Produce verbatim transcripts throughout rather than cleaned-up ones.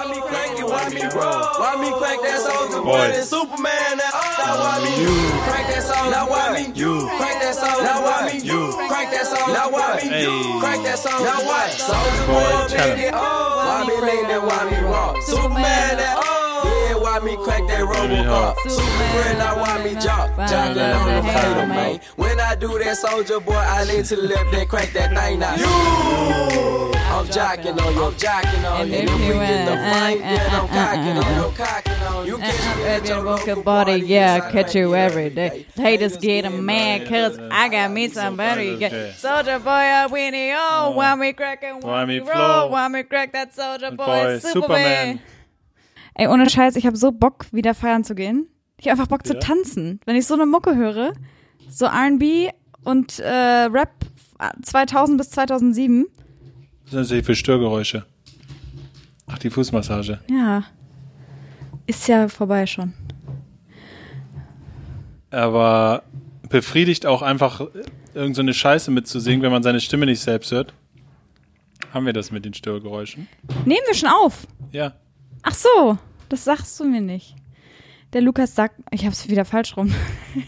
Why me crank it, why me roll? Why me crank that Soulja Boy? Superman, that now why me you crank that song? Now why me you crank that song? Now why me you crank that song? Now why me you crank that song? Now what? Soulja Boy, baby, oh, why me lean that, why me roll? Superman, that oh, yeah, why me crank that Robocop? Superman, now why me jock? Jockin' on the fatal, man. When I do that Soulja Boy, I lean to the left, then crank that thing now. You, I'm jocking on you, jocking on you. And if we get the fight, then I'm cocking on you, cocking on you. Catch me at your local body, yeah, catch you every day. Haters get mad, cause I got me somebody. Soulja Boy, I Winnie, oh, why me crackin', why me roll, why me crack that Soulja Boy, Superman. Ey, ohne Scheiß, ich habe so Bock, wieder feiern zu gehen. Ich habe einfach Bock ja. zu tanzen. Wenn ich so eine Mucke höre, so R and B und äh, Rap zweitausend bis zweitausendsieben. Was sind das hier für Störgeräusche? Ach, die Fußmassage. Ja. Ist ja vorbei schon. Aber befriedigt auch einfach, irgend so eine Scheiße mitzusingen, wenn man seine Stimme nicht selbst hört. Haben wir das mit den Störgeräuschen? Nehmen wir schon auf? Ja. Ach so, das sagst du mir nicht. Der Lukas sagt, ich hab's wieder falsch rum.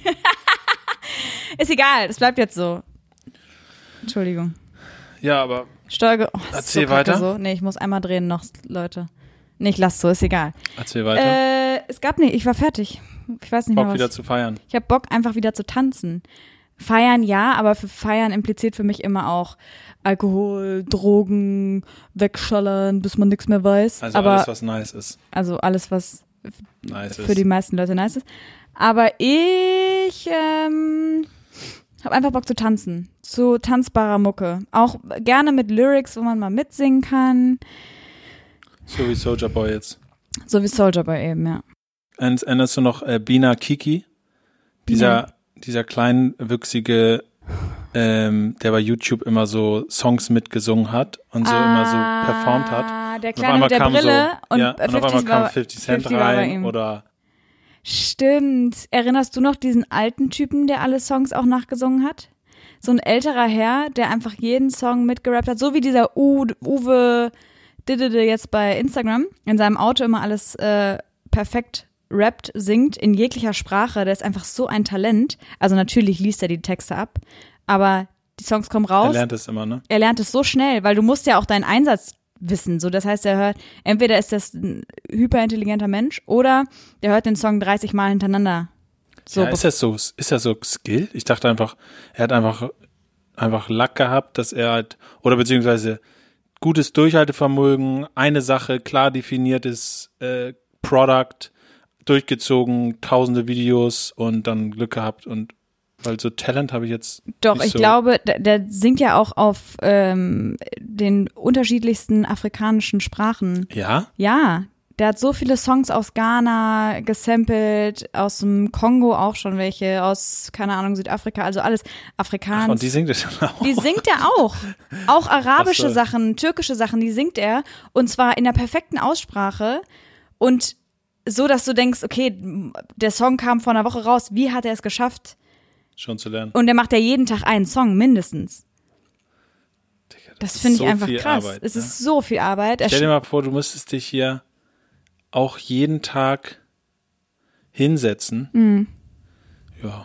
Ist egal, es bleibt jetzt so. Entschuldigung. Ja, aber Steuerge- oh, erzähl so weiter. So. Nee, ich muss einmal drehen noch, Leute. Nee, ich lass so, ist egal. Erzähl weiter. Äh, es gab nicht, ich war fertig. Ich weiß nicht Bock mehr was. wieder zu feiern. Ich hab Bock, einfach wieder zu tanzen. Feiern ja, aber für Feiern impliziert für mich immer auch Alkohol, Drogen, wegschallern, bis man nichts mehr weiß. Also aber, alles, was nice ist. Also alles, was nice für ist. die meisten Leute nice ist. Aber ich ähm, habe einfach Bock zu tanzen. Zu tanzbarer Mucke. Auch gerne mit Lyrics, wo man mal mitsingen kann. So wie Soulja Boy jetzt. So wie Soulja Boy eben, ja. Erinnerst du noch äh, Bina Kiki? Dieser, Bina. dieser kleinwüchsige, ähm, der bei YouTube immer so Songs mitgesungen hat und so ah, immer so performt hat. Der Kleine mit der Brille so, und, ja, und auf einmal kam fifty Cent fifty rein oder Stimmt. Erinnerst du noch diesen alten Typen, der alle Songs auch nachgesungen hat? So ein älterer Herr, der einfach jeden Song mitgerappt hat, so wie dieser U- Uwe Didede jetzt bei Instagram, in seinem Auto immer alles äh, perfekt rappt, singt, in jeglicher Sprache. Der ist einfach so ein Talent. Also natürlich liest er die Texte ab, aber die Songs kommen raus. Er lernt es immer, ne? Er lernt es so schnell, weil du musst ja auch deinen Einsatz wissen. So, das heißt, er hört, entweder ist das ein hyperintelligenter Mensch oder der hört den Song dreißig Mal hintereinander. So, ja, ist das so, ist das so Skill? Ich dachte einfach, er hat einfach, einfach Lack gehabt, dass er halt, oder beziehungsweise gutes Durchhaltevermögen, eine Sache, klar definiertes äh, Product, durchgezogen, tausende Videos und dann Glück gehabt und weil so Talent habe ich jetzt Doch, nicht ich so. glaube, der, der singt ja auch auf ähm, den unterschiedlichsten afrikanischen Sprachen. Ja? Ja, der hat so viele Songs aus Ghana gesampelt, aus dem Kongo auch schon welche, aus, keine Ahnung, Südafrika, also alles Afrikaans. Ach, und die singt er dann auch? Die singt er auch. Auch arabische so. Sachen, türkische Sachen, die singt er. Und zwar in der perfekten Aussprache und so, dass du denkst, okay, der Song kam vor einer Woche raus, wie hat er es geschafft? Schon zu lernen. Und der macht ja jeden Tag einen Song, mindestens. Digga, das das finde ich so einfach viel krass. Arbeit, es ne? ist so viel Arbeit. Er Stell dir mal vor, du müsstest dich hier auch jeden Tag hinsetzen. Mhm. Ja.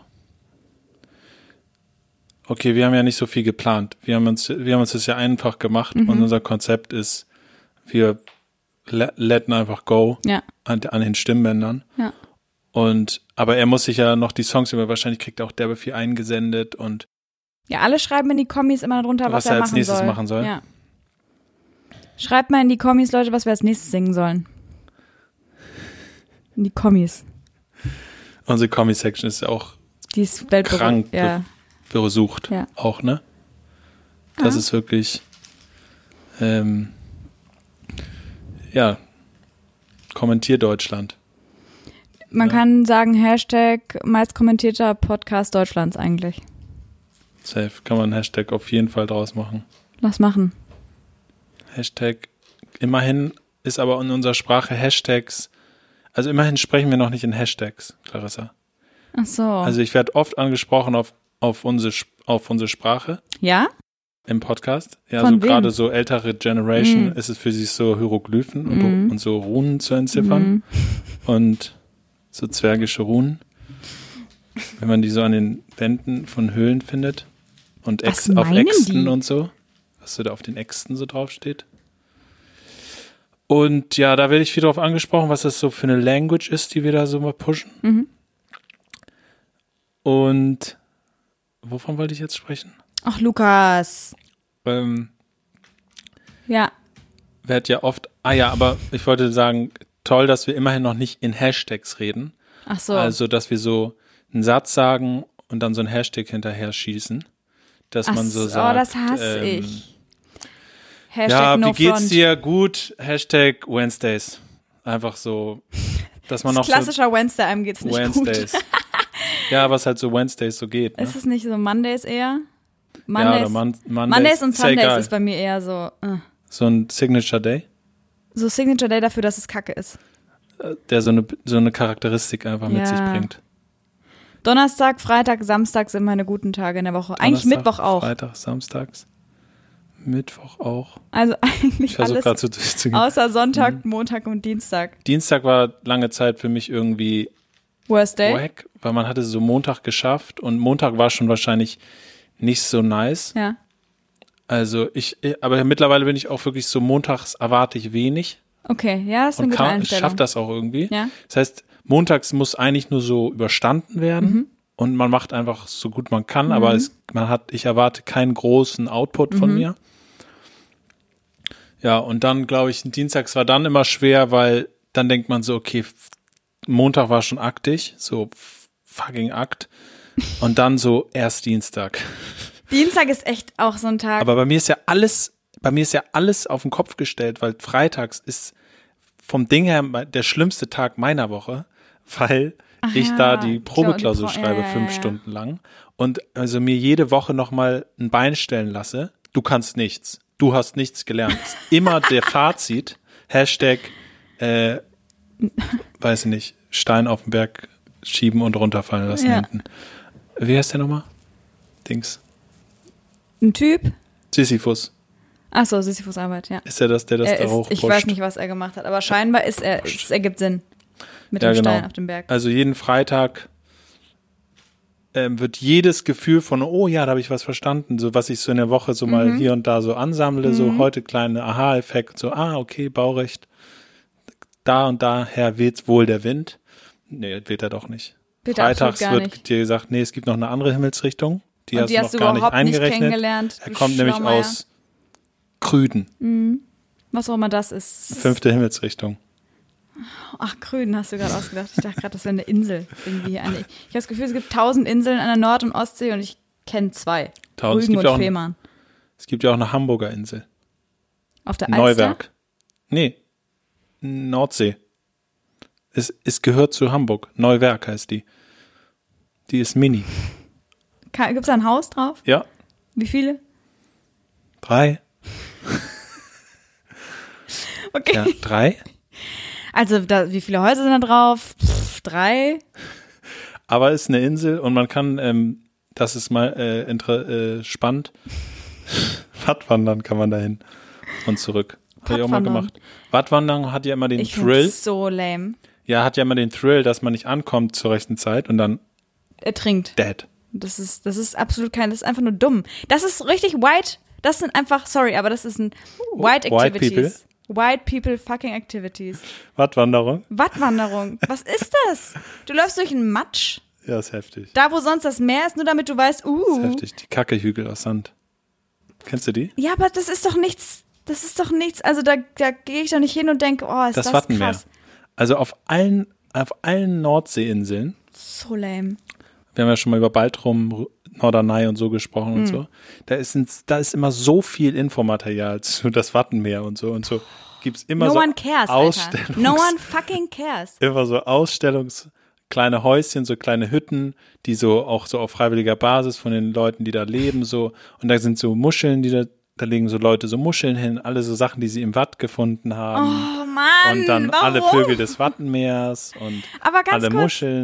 Okay, wir haben ja nicht so viel geplant. Wir haben uns, wir haben uns das ja einfach gemacht Mhm. und unser Konzept ist, wir le- letten einfach go Ja. an, an den Stimmbändern. Ja. Und, aber er muss sich ja noch die Songs über, wahrscheinlich kriegt er auch derbe viel eingesendet und Ja, alle schreiben in die Kommis immer drunter, was, Was er er als machen nächstes soll. machen soll. Ja. Schreibt mal in die Kommis, Leute, was wir als nächstes singen sollen. In die Kommis. unsere Comedy-Section ist ja auch Die ist weltberühmt. krank Ja. be- besucht. Ja. Auch, ne? Das Ja. ist wirklich, ähm, ja, kommentier Deutschland. Man Ja. kann sagen, Hashtag meist kommentierter Podcast Deutschlands eigentlich. Safe, kann man einen Hashtag auf jeden Fall draus machen. Lass machen. Hashtag, immerhin ist aber in unserer Sprache Hashtags, also immerhin sprechen wir noch nicht in Hashtags, Clarissa. Ach so. Also ich werde oft angesprochen auf, auf, unsere, auf unsere Sprache. ja? im Podcast. Ja, Von so wem? gerade so ältere Generation Mhm. ist es für sie so Hieroglyphen und, Mhm. und so Runen zu entziffern Mhm. und so zwergische Runen. Wenn man die so an den Wänden von Höhlen findet und Ex- Was auf meinen Äxten die? und so, was so da auf den Äxten so draufsteht. Und ja, da werde ich viel drauf angesprochen, was das so für eine Language ist, die wir da so mal pushen. Mhm. Und wovon wollte ich jetzt sprechen? Ach, Lukas. Ähm, Ja. wird ja oft, ah ja, aber ich wollte sagen, toll, dass wir immerhin noch nicht in Hashtags reden. Ach so. Also, dass wir so einen Satz sagen und dann so ein Hashtag hinterher schießen. Dass Ach man so so, sagt. das hasse ähm, ich. Hashtag Ja, no wie geht's front. dir? Gut. Hashtag Wednesdays. Einfach so, dass man Das noch ist klassischer Wednesday, einem geht's so nicht Wednesdays. gut. Ja, was halt so Wednesdays so geht. Ne? Ist es nicht so Mondays eher? Ja, Mondays, oder Mon Mondays, Mondays und ist ja Sundays egal. ist bei mir eher so, äh. So ein Signature Day, so Signature Day dafür, dass es Kacke ist. äh, der so eine, so eine Charakteristik einfach mit Ja. sich bringt. Donnerstag, Freitag, Samstag sind meine guten Tage in der Woche. Eigentlich Donnerstag, Mittwoch auch. Freitag, Samstags. Mittwoch auch. Also eigentlich Ich versuche gerade alles so durchzugehen. außer Sonntag, Mhm. Montag und Dienstag. Dienstag war lange Zeit für mich irgendwie Worst Day? wack, weil man hatte so Montag geschafft und Montag war schon wahrscheinlich nicht so nice. Ja. Also ich, aber mittlerweile bin ich auch wirklich so, montags erwarte ich wenig Okay, ja, das ist eine und gute kann, ich Einstellung. schaffe das auch irgendwie. Ja. Das heißt, montags muss eigentlich nur so überstanden werden Mhm. und man macht einfach so gut man kann, aber es, man hat, ich erwarte keinen großen Output von Mhm. mir. Ja, und dann glaube ich, dienstags war dann immer schwer, weil dann denkt man so, okay, f- Montag war schon aktig, so f- fucking Akt. Und dann so erst Dienstag. Dienstag ist echt auch so ein Tag. Aber bei mir ist ja alles, bei mir ist ja alles auf den Kopf gestellt, weil freitags ist vom Ding her der schlimmste Tag meiner Woche, weil Ach ich ja, da die ich glaub, Probeklausur die Pro- schreibe, ja, ja, fünf ja. Stunden lang und also mir jede Woche nochmal ein Bein stellen lasse. Du kannst nichts. Du hast nichts gelernt. Ist immer der Fazit. Hashtag, äh, weiß ich nicht, Stein auf den Berg schieben und runterfallen lassen Ja. hinten. Wie heißt der nochmal? Dings. Ein Typ? Sisyphus. Achso, Sisyphus Arbeit, ja. Ist er das, der das Er da ist, hochpusht? ich weiß nicht, was er gemacht hat, aber scheinbar ist er, es ergibt Sinn. Mit Ja, dem Stein genau. auf dem Berg. Also jeden Freitag ähm, wird jedes Gefühl von, oh ja, da habe ich was verstanden, so was ich so in der Woche so mal hier und da so ansammle, so heute kleine Aha-Effekt, so, ah, okay, Baurecht, da und daher weht wohl der Wind. Nee, weht er doch nicht. Weht er absolut Freitags gar wird nicht. dir gesagt, nee, es gibt noch eine andere Himmelsrichtung. Die Und hast die du hast noch du gar nicht überhaupt nicht eingerechnet. kennengelernt. Er du kommt nämlich Schlaumeier. aus Krüden, Was auch immer das ist. fünfte Himmelsrichtung. Ach, Krüden hast du gerade ausgedacht. Ich dachte gerade, das wäre eine Insel. Irgendwie eine. Ich habe das Gefühl, es gibt tausend Inseln an der Nord- und Ostsee und ich kenne zwei. Tausend. Es Rügen gibt und auch- Fehmarn. Es gibt ja auch eine Hamburger Insel. Auf der Alster? Neuwerk. Nee, Nordsee. Es, es gehört zu Hamburg. Neuwerk heißt die. Die ist mini. Gibt es da ein Haus drauf? Ja, Wie viele? drei. Okay. Ja, drei. Also, da, wie viele Häuser sind da drauf? Pff, drei. Aber ist eine Insel und man kann, ähm, das ist mal äh, inter, äh, spannend, Wattwandern kann man dahin und zurück. Habe ich auch mal Wattwandern. gemacht. Wattwandern hat ja immer den Ich Thrill. finde so lame. Ja, hat ja immer den Thrill, dass man nicht ankommt zur rechten Zeit und dann Er trinkt. dead. Das ist, das ist absolut kein, das ist einfach nur dumm. Das ist richtig white. Das sind einfach, sorry, aber das ist ein white White activities. White people fucking activities. Wattwanderung? Wattwanderung. Was ist das? Du läufst durch einen Matsch. Ja, ist heftig. Da, wo sonst das Meer ist, nur damit du weißt, Ist uh. heftig. Die Kackehügel aus Sand. Kennst du die? Ja, aber das ist doch nichts, das ist doch nichts, also da, da gehe ich doch nicht hin und denke, oh, ist Das, das, Wattenmeer. krass. Also auf allen, auf allen Nordseeinseln, So lame. wir haben ja schon mal über Baltrum, Norderney und so gesprochen Mhm. und so, da ist, ein, da ist immer so viel Infomaterial zu das Wattenmeer und so und so. Gibt's immer No so one cares, Alter. Ausstellungs, No one fucking cares. immer so Ausstellungs, kleine Häuschen, so kleine Hütten, die so auch so auf freiwilliger Basis von den Leuten, die da leben, so, und da sind so Muscheln, die da, da legen so Leute so Muscheln hin, alle so Sachen, die sie im Watt gefunden haben. Oh Mann, und dann warum? alle Vögel des Wattenmeers und Aber ganz alle kurz, Muscheln.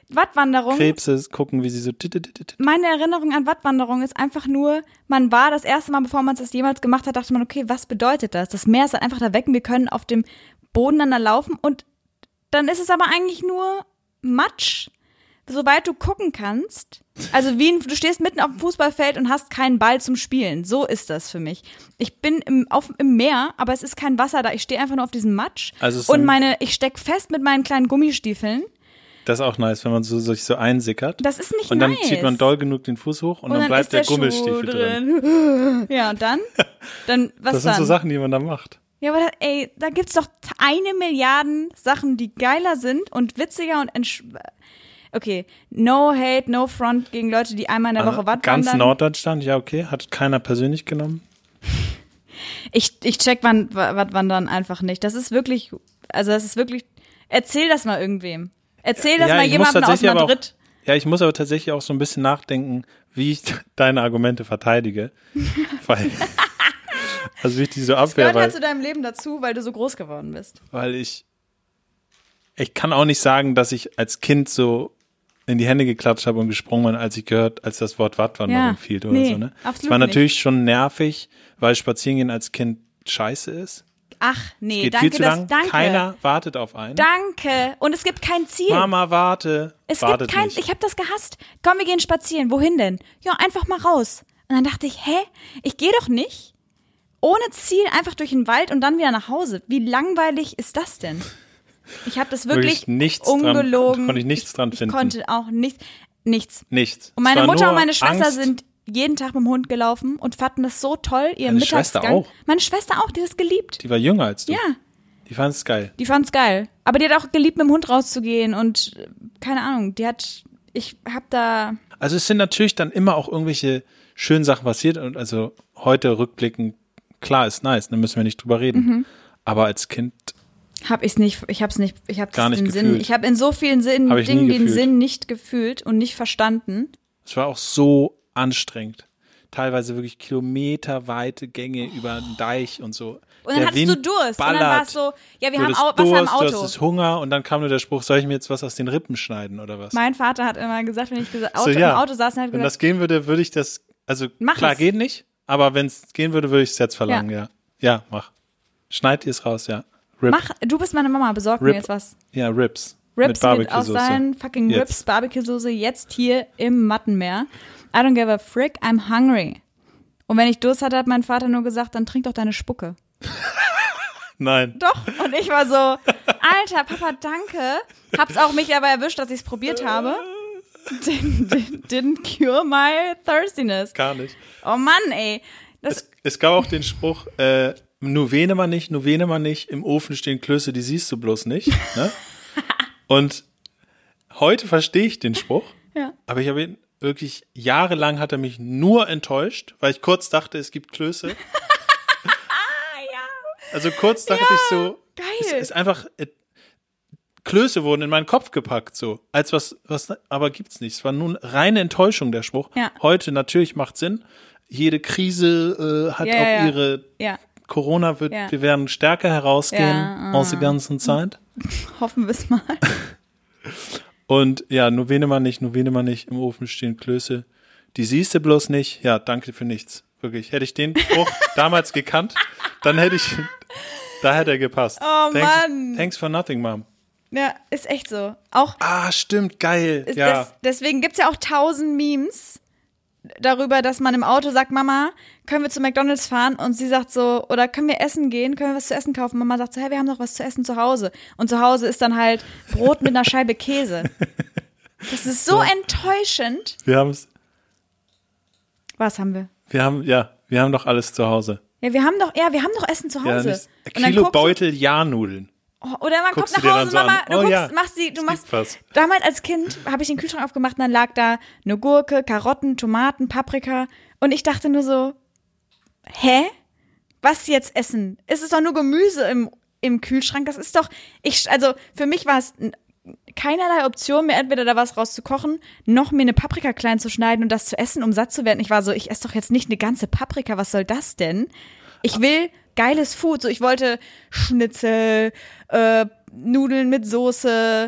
Wattwanderung. Krebse gucken, wie sie so. Meine Erinnerung an Wattwanderung ist einfach nur, man war das erste Mal, bevor man es das jemals gemacht hat, dachte man, okay, was bedeutet das? Das Meer ist halt einfach da weg und wir können auf dem Boden dann da laufen und dann ist es aber eigentlich nur Matsch, soweit du gucken kannst. Also wie ein, du stehst mitten auf dem Fußballfeld und hast keinen Ball zum Spielen. So ist das für mich. Ich bin im, auf, im Meer, aber es ist kein Wasser da. Ich stehe einfach nur auf diesem Matsch also und meine, ich stecke fest mit meinen kleinen Gummistiefeln. Das ist auch nice, wenn man so, sich so einsickert. Das ist nicht Und dann nice. zieht man doll genug den Fuß hoch und, und dann, dann bleibt der, der Gummistiefel drin. drin. Ja, und dann? dann was das sind dann? so Sachen, die man da macht. Ja, aber da, ey, da gibt's doch eine Milliarde Sachen, die geiler sind und witziger und entsch- Okay, no hate, no front gegen Leute, die einmal in der Woche Watt Ganz wandern. Norddeutschland, ja okay, hat keiner persönlich genommen. Ich, ich check Wattwandern einfach nicht. Das ist wirklich, also das ist wirklich, erzähl das mal irgendwem. Erzähl das ja, mal jemandem aus Madrid. Auch, ja, ich muss aber tatsächlich auch so ein bisschen nachdenken, wie ich deine Argumente verteidige. weil, also wie ich die so abwehr. Das gehört weil, halt zu deinem Leben dazu, weil du so groß geworden bist. Weil ich, ich kann auch nicht sagen, dass ich als Kind so in die Hände geklatscht habe und gesprungen bin, als ich gehört, als das Wort Wattwanderung ja, fiel oder nee, so. Ne? Absolut es war natürlich nicht. schon nervig, weil Spazierengehen als Kind scheiße ist. Ach, nee, es geht danke, viel zu das, lang. danke. Keiner wartet auf einen. Danke. Und es gibt kein Ziel. Mama, warte. Es Wartet gibt kein, nicht. ich habe das gehasst. Komm, wir gehen spazieren. Wohin denn? Ja, einfach mal raus. Und dann dachte ich, hä? Ich gehe doch nicht ohne Ziel einfach durch den Wald und dann wieder nach Hause. Wie langweilig ist das denn? Ich habe das wirklich, wirklich nichts ungelogen. Dran, konnte ich nichts dran finden. Ich konnte auch nichts. Nichts. Nichts. Und meine Mutter und meine Angst. Schwester sind jeden Tag mit dem Hund gelaufen und fanden das so toll. Ihr Meine Mittagsgang. Schwester auch. Meine Schwester auch, die hat es geliebt. Die war jünger als du. Ja. Die fand es geil. Die fand's geil. Aber die hat auch geliebt, mit dem Hund rauszugehen und äh, keine Ahnung, die hat, ich hab da. Also es sind natürlich dann immer auch irgendwelche schönen Sachen passiert und also heute rückblickend, klar, ist nice, da müssen wir nicht drüber reden. Mhm. Aber als Kind Hab ich's nicht, ich hab's nicht, ich hab Gar das nicht den gefühlt. Sinn, ich hab in so vielen Sinn, Hab ich nie Dingen den gefühlt. Sinn nicht gefühlt und nicht verstanden. es war auch so anstrengend. Teilweise wirklich kilometerweite Gänge über einen Deich und so. Und dann Der hattest Wind du Durst. ballert. Und dann war es so, ja, wir Du haben hattest Au- Wasser im Durst, Auto. Du hattest Hunger und dann kam nur der Spruch, soll ich mir jetzt was aus den Rippen schneiden oder was? Mein Vater hat immer gesagt, wenn ich gesagt, Auto, So, ja. im Auto saß, und hat Wenn gesagt, das gehen würde, würde ich das, also Mach klar, es. geht nicht, aber wenn es gehen würde, würde ich es jetzt verlangen, ja. Ja, mach. Schneid dir es raus, ja. Rip. mach, du bist meine Mama, besorg mir Rip. jetzt was. Ja, Rips. Rips mit mit, Barbecue-Soße. aus deinen fucking Jetzt. Rips, Barbecue-Soße, jetzt hier im Mattenmeer. I don't give a frick, I'm hungry. Und wenn ich Durst hatte, hat mein Vater nur gesagt, dann trink doch deine Spucke. Nein. Doch. Und ich war so, Alter, Papa, danke. Hab's auch mich aber erwischt, dass ich's probiert habe. Didn't, didn't cure my thirstiness. Gar nicht. Oh Mann, ey. Das, Es, es gab auch den Spruch, äh, nur wene man nicht, nur wene man nicht, im Ofen stehen Klöße, die siehst du bloß nicht. Ne? Und heute verstehe ich den Spruch, ja. aber ich habe ihn wirklich, jahrelang hat er mich nur enttäuscht, weil ich kurz dachte, es gibt Klöße. Ah, ja. Also kurz dachte Ja, ich so, geil. es ist einfach, äh, Klöße wurden in meinen Kopf gepackt, so, als was, was, aber gibt's nicht. Es war nun reine Enttäuschung, der Spruch. Ja. Heute natürlich macht Sinn. Jede Krise äh, hat Ja, auch ja, ja. ihre, Ja, Corona wird, Ja. wir werden stärker herausgehen Ja, aus der ganzen Zeit. hoffen wir es mal. Und ja, nur wene man nicht, nur wene man nicht, im Ofen stehen Klöße. Die siehst du bloß nicht. Ja, danke für nichts. Wirklich. Hätte ich den Spruch damals gekannt, dann hätte ich, da hätte er gepasst. Oh, thanks, Mann. Thanks for nothing, Mom. Ja, ist echt so. Auch Ah, stimmt, geil. ist Ja. das, deswegen gibt's ja auch tausend Memes darüber, dass man im Auto sagt, Mama, können wir zu McDonald's fahren? Und sie sagt so, oder können wir essen gehen? Können wir was zu essen kaufen? Mama sagt so, hey, wir haben doch was zu essen zu Hause. Und zu Hause ist dann halt Brot mit einer Scheibe Käse. Das ist so enttäuschend. Wir haben es, Was haben wir? wir haben, ja, wir haben doch alles zu Hause. Ja, wir haben doch, ja, wir haben doch Essen zu Ja, Hause. nicht, Und dann Kilo guckst du- Beutel Ja-Nudeln. Oh, oder man Guckst kommt du nach dir Hause, dann so Mama, an. du Oh guckst, ja, machst die, du es machst, gibt was. damals als Kind habe ich den Kühlschrank aufgemacht und dann lag da eine Gurke, Karotten, Tomaten, Paprika und ich dachte nur so, hä? Was jetzt essen? Es ist doch nur Gemüse im, im Kühlschrank, das ist doch, ich, also für mich war es n- keinerlei Option mehr, entweder da was rauszukochen, noch mir eine Paprika klein zu schneiden und das zu essen, um satt zu werden. Ich war so, ich esse doch jetzt nicht eine ganze Paprika, was soll das denn? Ich will geiles Food, so ich wollte Schnitzel, äh, Nudeln mit Soße,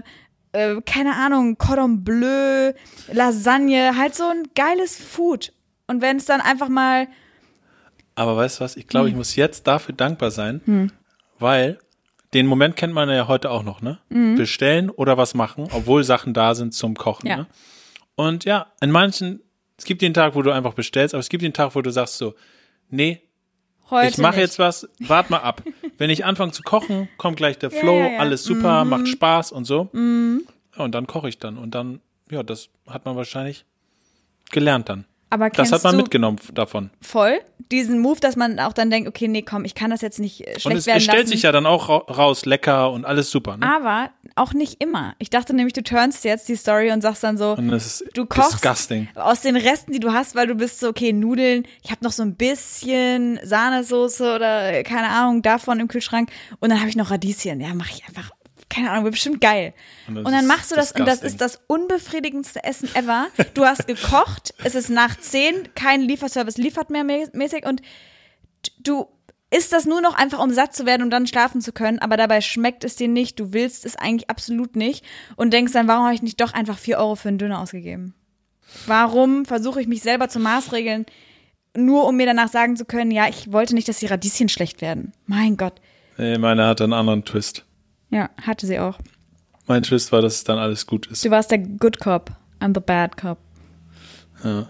äh, keine Ahnung, Cordon Bleu, Lasagne, halt so ein geiles Food. Und wenn es dann einfach mal Aber weißt du was, ich glaube, hm. ich muss jetzt dafür dankbar sein, hm. weil den Moment kennt man ja heute auch noch, ne? Mhm. Bestellen oder was machen, obwohl Sachen da sind zum Kochen, ja. ne? Und ja, in manchen, es gibt den Tag, wo du einfach bestellst, aber es gibt den Tag, wo du sagst so, nee, heute ich mache jetzt was, wart mal ab. Wenn ich anfange zu kochen, kommt gleich der Flow, ja, ja, ja. alles super, mhm. macht Spaß und so. Mhm. Ja, und dann koche ich dann. Und dann, ja, das hat man wahrscheinlich gelernt dann. Aber das hat man mitgenommen davon. Voll. Diesen Move, dass man auch dann denkt, okay, nee, komm, ich kann das jetzt nicht schlecht und es, werden es stellt lassen. sich ja dann auch raus, lecker und alles super. Ne? Aber auch nicht immer. Ich dachte nämlich, du turnst jetzt die Story und sagst dann so, und das ist du kochst disgusting. Aus den Resten, die du hast, weil du bist so, okay, Nudeln, ich habe noch so ein bisschen Sahnesoße oder keine Ahnung davon im Kühlschrank und dann habe ich noch Radieschen. Ja, mache ich einfach. Keine Ahnung, wird bestimmt geil. Und, und dann machst du das disgusting. Und das ist das unbefriedigendste Essen ever. Du hast gekocht, es ist nach zehn, kein Lieferservice liefert mehr mäßig und du isst das nur noch einfach, um satt zu werden und dann schlafen zu können, aber dabei schmeckt es dir nicht, du willst es eigentlich absolut nicht und denkst dann, warum habe ich nicht doch einfach vier Euro für einen Döner ausgegeben? Warum versuche ich mich selber zu maßregeln, nur um mir danach sagen zu können, ja, ich wollte nicht, dass die Radieschen schlecht werden. Mein Gott. Nee, meine hat einen anderen Twist. Ja, hatte sie auch. Mein Twist war, dass dann alles gut ist. Du warst der Good Cop, I'm the Bad Cop. Ja.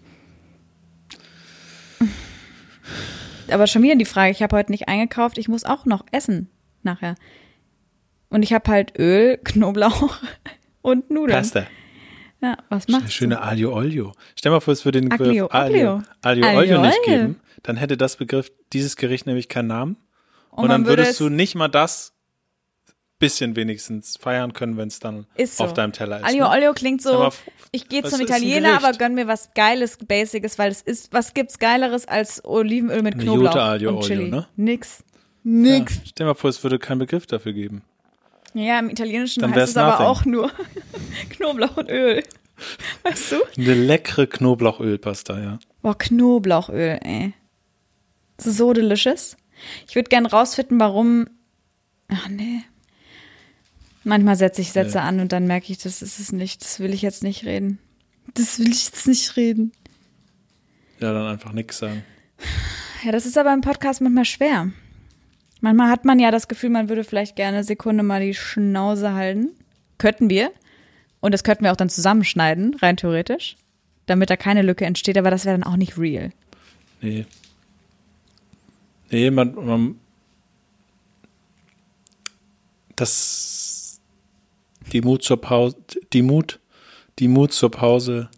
Aber schon wieder die Frage, ich habe heute nicht eingekauft, ich muss auch noch essen nachher. Und ich habe halt Öl, Knoblauch und Nudeln. Pasta. Ja, was machst du? Schöne Aglio Olio. Stell mal vor, es würde den Begriff Aglio, Aglio, Aglio, Aglio Olio nicht Olio. geben. Dann hätte das Begriff, dieses Gericht nämlich keinen Namen. Und, Und dann würde würdest du nicht mal das bisschen wenigstens feiern können, wenn es dann ist so. auf deinem Teller ist. Aglio ne? Olio klingt so, aber, ich gehe zum Italiener, aber gönn mir was Geiles, Basiges, weil es ist, was gibt's Geileres als Olivenöl mit Eine Knoblauch Jute Aglio und Chili? Olio, ne? Nix. Nix. Ja, stell mal vor, es würde keinen Begriff dafür geben. Ja, im Italienischen Dann heißt es nothing. aber auch nur Knoblauch und Öl. Weißt du? Eine leckere Knoblauchölpasta, ja. Boah, Knoblauchöl, ey. So delicious. Ich würde gern rausfinden, warum. Ach nee. Manchmal setze ich Sätze nee. an und dann merke ich, das ist es nicht. Das will ich jetzt nicht reden. Das will ich jetzt nicht reden. Ja, dann einfach nichts sagen. Ja, das ist aber im Podcast manchmal schwer. Manchmal hat man ja das Gefühl, man würde vielleicht gerne eine Sekunde mal die Schnauze halten. Könnten wir. Und das könnten wir auch dann zusammenschneiden, rein theoretisch. Damit da keine Lücke entsteht, aber das wäre dann auch nicht real. Nee. Nee, man, man das die Mut zur Pause, die Mut, die Mut zur Pause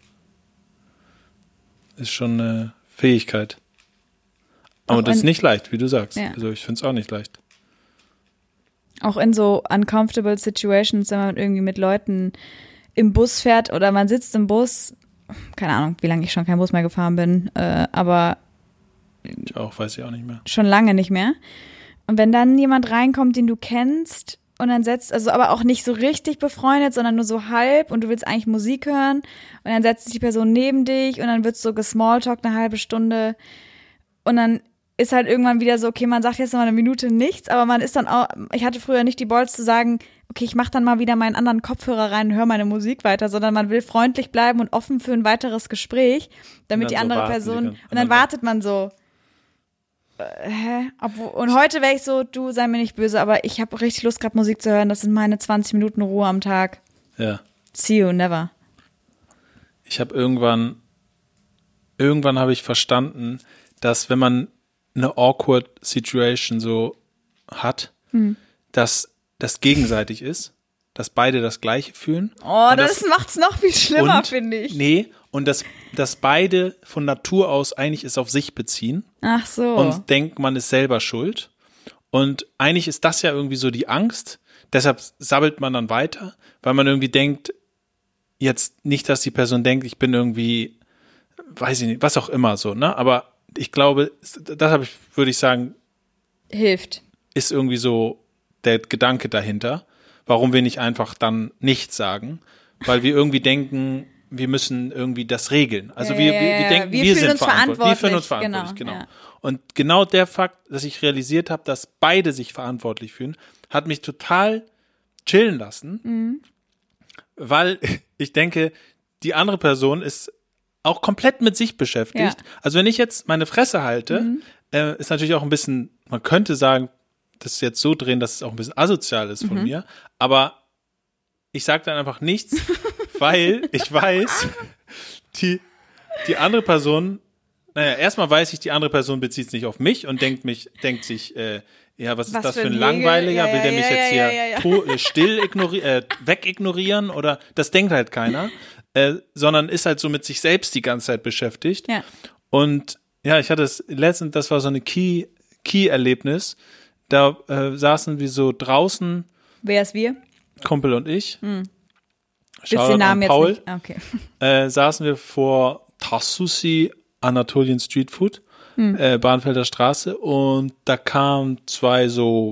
ist schon eine Fähigkeit. Aber auch das in, ist nicht leicht, wie du sagst. Ja. Also ich finde es auch nicht leicht. Auch in so uncomfortable situations, wenn man irgendwie mit Leuten im Bus fährt oder man sitzt im Bus, keine Ahnung, wie lange ich schon kein Bus mehr gefahren bin, äh, aber ich auch, weiß ich auch nicht mehr. Schon lange nicht mehr. Und wenn dann jemand reinkommt, den du kennst und dann setzt, also aber auch nicht so richtig befreundet, sondern nur so halb und du willst eigentlich Musik hören und dann setzt sich die Person neben dich und dann wird so gesmalltalkt eine halbe Stunde und dann ist halt irgendwann wieder so, okay, man sagt jetzt noch mal eine Minute nichts, aber man ist dann auch, ich hatte früher nicht die Balls zu sagen, okay, ich mach dann mal wieder meinen anderen Kopfhörer rein und höre meine Musik weiter, sondern man will freundlich bleiben und offen für ein weiteres Gespräch, damit die andere so Person, die und dann wartet man so. Äh, hä? Obwohl, und heute wäre ich so, du, sei mir nicht böse, aber ich habe richtig Lust gehabt, Musik zu hören, das sind meine zwanzig Minuten Ruhe am Tag. Ja. See you, never. Ich habe irgendwann, irgendwann habe ich verstanden, dass wenn man eine awkward Situation so hat, hm. dass das gegenseitig ist, dass beide das Gleiche fühlen. Oh, das, das macht's noch viel schlimmer, finde ich. Nee, und dass, dass beide von Natur aus eigentlich es auf sich beziehen. Ach so. Und denkt, man ist selber schuld. Und eigentlich ist das ja irgendwie so die Angst. Deshalb sabbelt man dann weiter, weil man irgendwie denkt, jetzt nicht, dass die Person denkt, ich bin irgendwie, weiß ich nicht, was auch immer so, ne? Aber ich glaube, das habe ich, würde ich sagen, hilft. Ist irgendwie so der Gedanke dahinter, warum wir nicht einfach dann nichts sagen, weil wir irgendwie denken, wir müssen irgendwie das regeln. Also ja, wir, ja, wir, wir ja, denken, wir, wir sind sind verantwortlich. verantwortlich. Wir fühlen uns verantwortlich, genau. genau. genau. Ja. Und genau der Fakt, dass ich realisiert habe, dass beide sich verantwortlich fühlen, hat mich total chillen lassen, mhm. weil ich denke, die andere Person ist auch komplett mit sich beschäftigt. Ja. Also wenn ich jetzt meine Fresse halte, mhm. äh, ist natürlich auch ein bisschen, man könnte sagen, das jetzt so drehen, dass es auch ein bisschen asozial ist von mhm. mir, aber ich sage dann einfach nichts, weil ich weiß, die, die andere Person, naja, erstmal weiß ich, die andere Person bezieht es nicht auf mich und denkt mich, denkt sich, äh, ja, was ist was das für ein Wege? Langweiliger? Ja, Will der ja, mich ja, jetzt ja, hier ja, ja. To- äh, still ignori- äh, wegignorieren oder das denkt halt keiner. Äh, sondern ist halt so mit sich selbst die ganze Zeit beschäftigt. Ja. Und ja, ich hatte es letztens, das war so eine Key, Key-Erlebnis. Da äh, saßen wir so draußen. Wer ist wir? Kumpel und ich. Hm. Shoutout den Namen an Paul. Jetzt nicht? Okay. Äh, saßen wir vor Tassusi Anatolian Street Food, hm. äh, Bahnfelder Straße. Und da kamen zwei so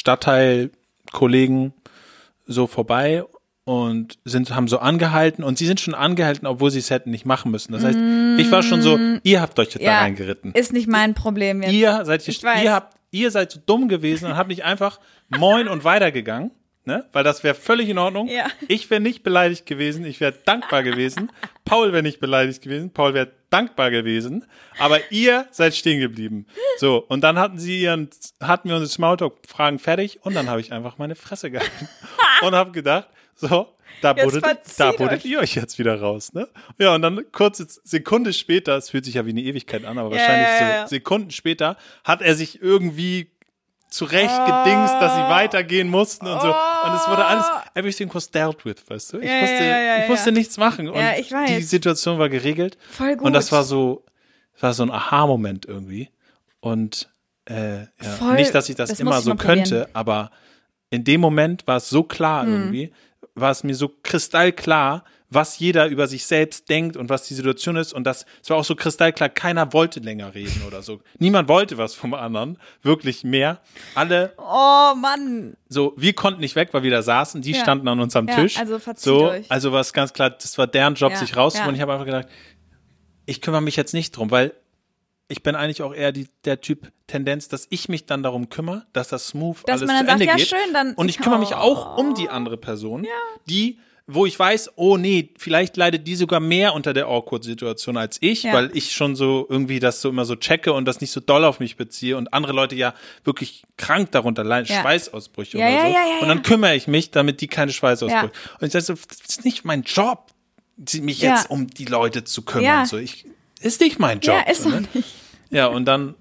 Stadtteilkollegen so vorbei und sind, haben so angehalten und sie sind schon angehalten, obwohl sie es hätten nicht machen müssen. Das heißt, mm, ich war schon so, ihr habt euch jetzt ja, da reingeritten. Ist nicht mein Problem jetzt. Ihr seid, ich ihr habt, ihr seid so dumm gewesen und habt nicht einfach moin und weitergegangen, ne? Weil das wäre völlig in Ordnung. Ja. Ich wäre nicht beleidigt gewesen, ich wäre dankbar gewesen. Paul wäre nicht beleidigt gewesen, Paul wäre dankbar gewesen. Aber ihr seid stehen geblieben. So, und dann hatten sie ihren, hatten wir unsere Smalltalk-Fragen fertig und dann habe ich einfach meine Fresse gehalten und habe gedacht, so, da buddelt, da buddelt ihr euch jetzt wieder raus, ne? Ja, und dann kurze Sekunde später, es fühlt sich ja wie eine Ewigkeit an, aber ja, wahrscheinlich ja, ja. so Sekunden später, hat er sich irgendwie zurecht oh. gedingst, dass sie weitergehen mussten und so. Und es wurde alles, everything was dealt with, weißt du? Ich ja, musste, ja, ja, ja, ich musste ja. nichts machen. Und ja, ich weiß. die Situation war geregelt. Voll gut. Und das war so, war so ein Aha-Moment irgendwie. Und äh, ja, Voll, nicht, dass ich das, das immer so könnte, aber in dem Moment war es so klar hm. irgendwie, war es mir so kristallklar, was jeder über sich selbst denkt und was die Situation ist. Und das, es war auch so kristallklar, keiner wollte länger reden oder so. Niemand wollte was vom anderen, wirklich mehr. Alle. Oh Mann. So, wir konnten nicht weg, weil wir da saßen. Die ja. standen an unserem ja, Tisch. Also verzieht so, euch. Also war es ganz klar, das war deren Job, ja, sich rauszuholen. ja. Ich habe einfach gedacht, ich kümmere mich jetzt nicht drum, weil ich bin eigentlich auch eher die, der Typ Tendenz, dass ich mich dann darum kümmere, dass das smooth dass alles man dann zu Ende sagt, geht. Ja, schön, dann, und ich kümmere oh. mich auch um die andere Person, ja. die, wo ich weiß, oh nee, vielleicht leidet die sogar mehr unter der Awkward-Situation als ich, ja. weil ich schon so irgendwie das so immer so checke und das nicht so doll auf mich beziehe und andere Leute ja wirklich krank darunter leiden, ja. Schweißausbrüche ja, oder ja, so. Ja, ja, ja. Und dann kümmere ich mich, damit die keine Schweißausbrüche. Ja. Und ich sage so, das ist nicht mein Job, mich ja. jetzt um die Leute zu kümmern. Ja. So, ich, ist nicht mein Job. Ja, ist so, auch ne? nicht. Ja, und dann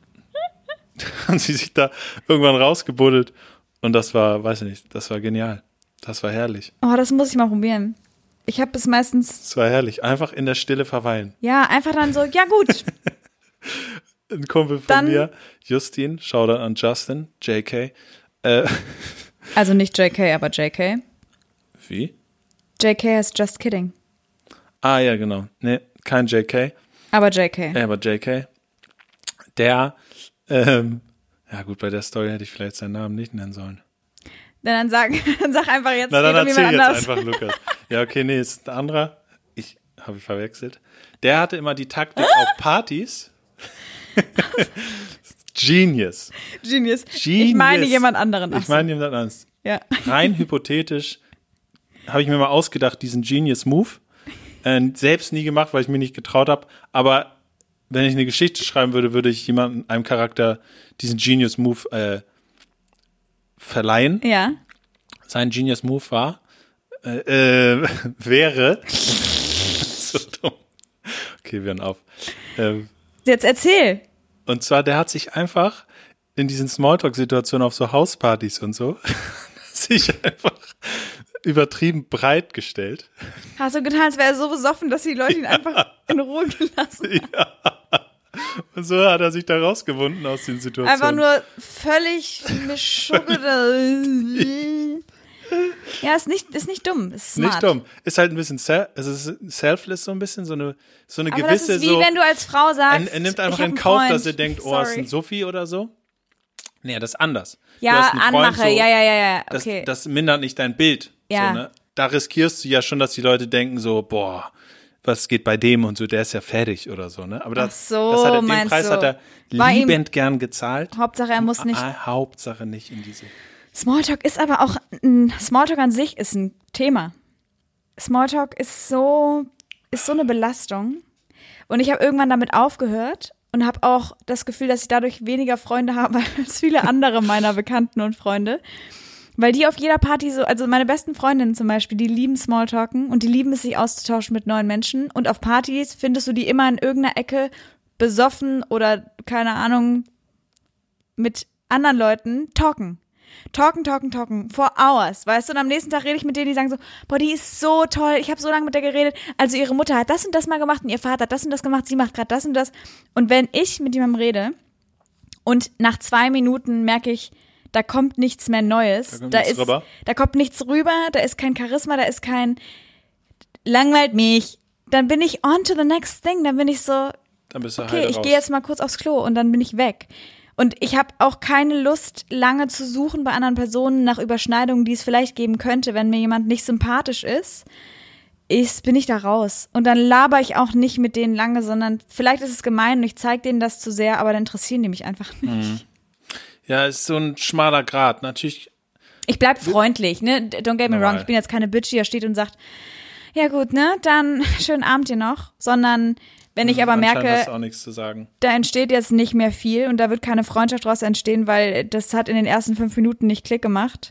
haben sie sich da irgendwann rausgebuddelt und das war, weiß ich nicht, das war genial. Das war herrlich. Oh, das muss ich mal probieren. Ich habe es meistens... Das war herrlich. Einfach in der Stille verweilen. Ja, einfach dann so, ja gut. Ein Kumpel von dann, mir, Justin, Shoutout an Justin, J K. Äh, also nicht J K, aber J K. Wie? J K heißt just kidding. Ah ja, genau. Nee, kein J K. Aber J K. Ja, aber J K. Der, ähm, ja gut, bei der Story hätte ich vielleicht seinen Namen nicht nennen sollen. Dann sag, dann sag einfach jetzt. Na, dann erzähl jetzt anders. einfach, Lukas. Ja, okay, nee, ist ein anderer. Ich habe verwechselt. Der hatte immer die Taktik auf Partys. Genius. Genius. Genius. Ich meine jemand anderen. Ich meine jemand anderes. Ja. Rein hypothetisch habe ich mir mal ausgedacht, diesen Genius-Move. Äh, selbst nie gemacht, weil ich mir nicht getraut habe. Aber wenn ich eine Geschichte schreiben würde, würde ich jemandem, einem Charakter, diesen Genius-Move äh, verleihen. Ja. Sein Genius-Move war, äh, äh, wäre, so dumm. Okay, wir hören auf. Ähm, Jetzt erzähl. Und zwar, der hat sich einfach in diesen Smalltalk-Situationen auf so Hauspartys und so, sich einfach übertrieben breit gestellt. Hast du getan, als wäre er so besoffen, dass die Leute ihn ja. einfach in Ruhe gelassen haben? Ja. Und so hat er sich da rausgewunden aus den Situationen. Einfach nur völlig mischuggede. Ja, ist nicht, ist nicht dumm, ist smart. Nicht dumm. Ist halt ein bisschen self, es ist selfless so ein bisschen, so eine, so eine aber gewisse. Das ist wie so, wenn du als Frau sagst. Er, er nimmt einfach in Kauf, Freund. dass er denkt, oh, Sorry. ist ein Sophie oder so. Nee, das ist anders. Ja, Freund, anmache, so, ja, ja, ja, ja. Okay. Das, das mindert nicht dein Bild. Ja. So, ne? Da riskierst du ja schon, dass die Leute denken so, boah, was geht bei dem und so, der ist ja fertig oder so, ne? Aber das, Ach so, das hat er, den meinst Preis du? hat er War liebend gern gezahlt. Hauptsache, er muss nicht. Ah, Hauptsache nicht in diese. Smalltalk ist aber auch, ein Smalltalk an sich ist ein Thema. Smalltalk ist so, ist so eine Belastung. Und ich habe irgendwann damit aufgehört und habe auch das Gefühl, dass ich dadurch weniger Freunde habe als viele andere meiner Bekannten und Freunde. Weil die auf jeder Party so, also meine besten Freundinnen zum Beispiel, die lieben Smalltalken und die lieben es, sich auszutauschen mit neuen Menschen. Und auf Partys findest du die immer in irgendeiner Ecke besoffen oder, keine Ahnung, mit anderen Leuten talken. Talken, talken, talken, for hours, weißt du? Und am nächsten Tag rede ich mit denen, die sagen so, boah, die ist so toll, ich habe so lange mit der geredet. Also ihre Mutter hat das und das mal gemacht und ihr Vater hat das und das gemacht, sie macht gerade das und das. Und wenn ich mit jemandem rede und nach zwei Minuten merke ich, da kommt nichts mehr Neues. Da kommt, da ist, da kommt nichts rüber, da ist kein Charisma, da ist kein langweilt mich. Dann bin ich on to the next thing. Dann bin ich so, dann bist du okay, ich gehe jetzt mal kurz aufs Klo und dann bin ich weg. Und ich habe auch keine Lust, lange zu suchen bei anderen Personen nach Überschneidungen, die es vielleicht geben könnte, wenn mir jemand nicht sympathisch ist. Ich, bin ich da raus. Und dann laber ich auch nicht mit denen lange, sondern vielleicht ist es gemein und ich zeige denen das zu sehr, aber dann interessieren die mich einfach nicht. Mhm. Ja, ist so ein schmaler Grat. Natürlich. Ich bleib freundlich, ne? Don't get me wrong. Ich bin jetzt keine Bitch, die da steht und sagt, ja gut, ne? Dann schönen Abend dir noch. Sondern wenn ich aber merke, auch nichts zu sagen. Da entsteht jetzt nicht mehr viel und da wird keine Freundschaft draus entstehen, weil das hat in den ersten fünf Minuten nicht Klick gemacht.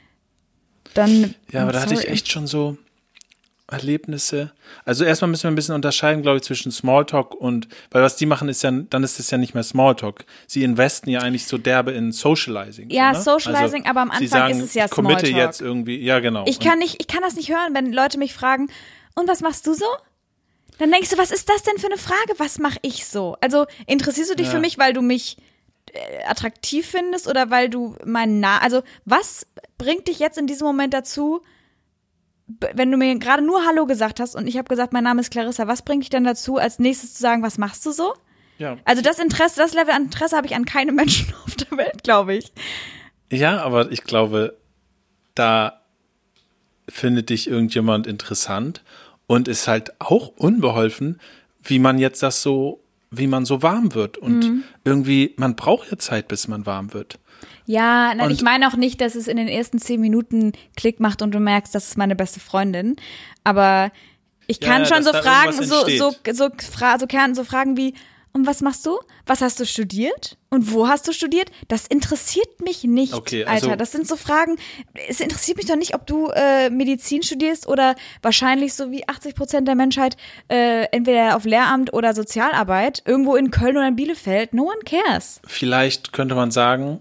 Dann. Ja, aber da hatte ich echt schon so Erlebnisse. Also erstmal müssen wir ein bisschen unterscheiden, glaube ich, zwischen Smalltalk und, weil was die machen ist ja, dann ist es ja nicht mehr Smalltalk. Sie investen ja eigentlich so derbe in Socializing. Ja, so, ne? Socializing, also, aber am Anfang sagen, ist es ja ich committe Smalltalk. Jetzt irgendwie, ja genau. Ich kann nicht, ich kann das nicht hören, wenn Leute mich fragen, und was machst du so? Dann denkst du, was ist das denn für eine Frage? Was mache ich so? Also interessierst du dich ja. für mich, weil du mich äh, attraktiv findest oder weil du meinen Na, also was bringt dich jetzt in diesem Moment dazu, wenn du mir gerade nur Hallo gesagt hast und ich habe gesagt, mein Name ist Clarissa, was bringt dich dann dazu, als nächstes zu sagen, was machst du so? Ja. Also das Interesse, das Level an Interesse habe ich an keinem Menschen auf der Welt, glaube ich. Ja, aber ich glaube, da findet dich irgendjemand interessant und ist halt auch unbeholfen, wie man jetzt das so, wie man so warm wird. Und mhm. irgendwie, man braucht ja Zeit, bis man warm wird. Ja, nein, ich meine auch nicht, dass es in den ersten zehn Minuten Klick macht und du merkst, das ist meine beste Freundin. Aber ich kann ja, schon so Fragen, so, so, so, fra- so, Kern, so Fragen wie, und was machst du? Was hast du studiert? Und wo hast du studiert? Das interessiert mich nicht, okay, also, Alter. Das sind so Fragen, es interessiert mich doch nicht, ob du äh, Medizin studierst oder wahrscheinlich so wie achtzig Prozent der Menschheit äh, entweder auf Lehramt oder Sozialarbeit, irgendwo in Köln oder in Bielefeld. No one cares. Vielleicht könnte man sagen,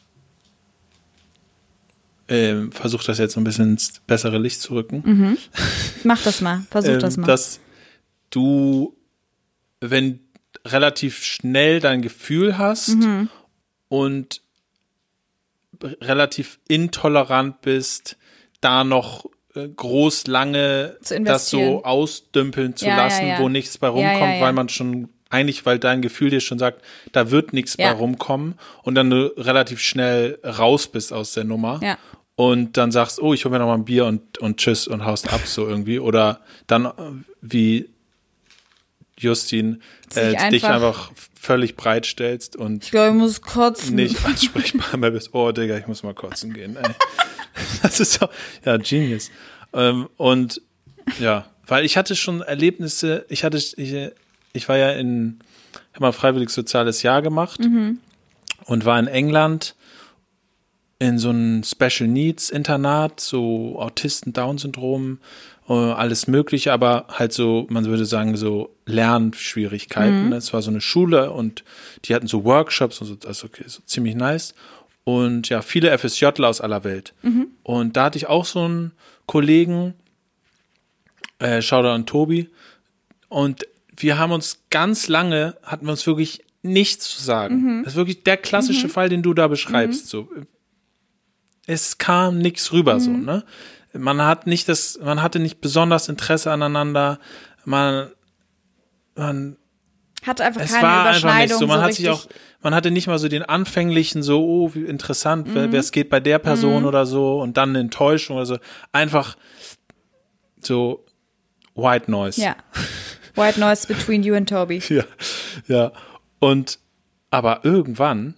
ähm, versuch das jetzt so ein bisschen ins bessere Licht zu rücken. Mhm. Mach das mal, versuch ähm, das mal. Dass du, wenn relativ schnell dein Gefühl hast mhm. und relativ intolerant bist, da noch äh, groß lange das so ausdümpeln zu ja, lassen, ja, ja. wo nichts bei rumkommt, ja, ja, ja. weil man schon eigentlich, weil dein Gefühl dir schon sagt, da wird nichts ja. bei rumkommen und dann du relativ schnell raus bist aus der Nummer ja. und dann sagst, oh, ich hol mir noch mal ein Bier und, und tschüss und haust ab so irgendwie oder dann wie Justin äh, einfach, dich einfach völlig breit stellst und ich glaube, ich muss kotzen. Nicht ansprechbar mehr bist. Oh, Digga, ich muss mal kotzen gehen. Ey. Das ist so, ja, Genius. Ähm, und ja, weil ich hatte schon Erlebnisse, ich hatte, ich, ich war ja in, habe mal freiwillig soziales Jahr gemacht mhm. und war in England in so einem Special Needs Internat, so Autisten, Down-Syndrom, alles Mögliche, aber halt so, man würde sagen, so Lernschwierigkeiten. Es mhm. war so eine Schule und die hatten so Workshops und so, also okay, so ziemlich nice. Und ja, viele F S Jler aus aller Welt. Mhm. Und da hatte ich auch so einen Kollegen, äh, Shoutout an Tobi, und wir haben uns ganz lange, hatten wir uns wirklich nichts zu sagen. Mhm. Das ist wirklich der klassische mhm. Fall, den du da beschreibst. Mhm. So, es kam nichts rüber, mhm. so, ne? Man hat nicht das, man hatte nicht besonders Interesse aneinander. Man, man hatte einfach es keine war Überschneidung. Einfach nicht so. Man so hat sich auch, man hatte nicht mal so den anfänglichen so, oh, wie interessant, mhm. wer, wer es geht bei der Person mhm. oder so und dann eine Enttäuschung oder so. Einfach so White Noise. Ja. White Noise between you and Toby. ja, ja. Und aber irgendwann,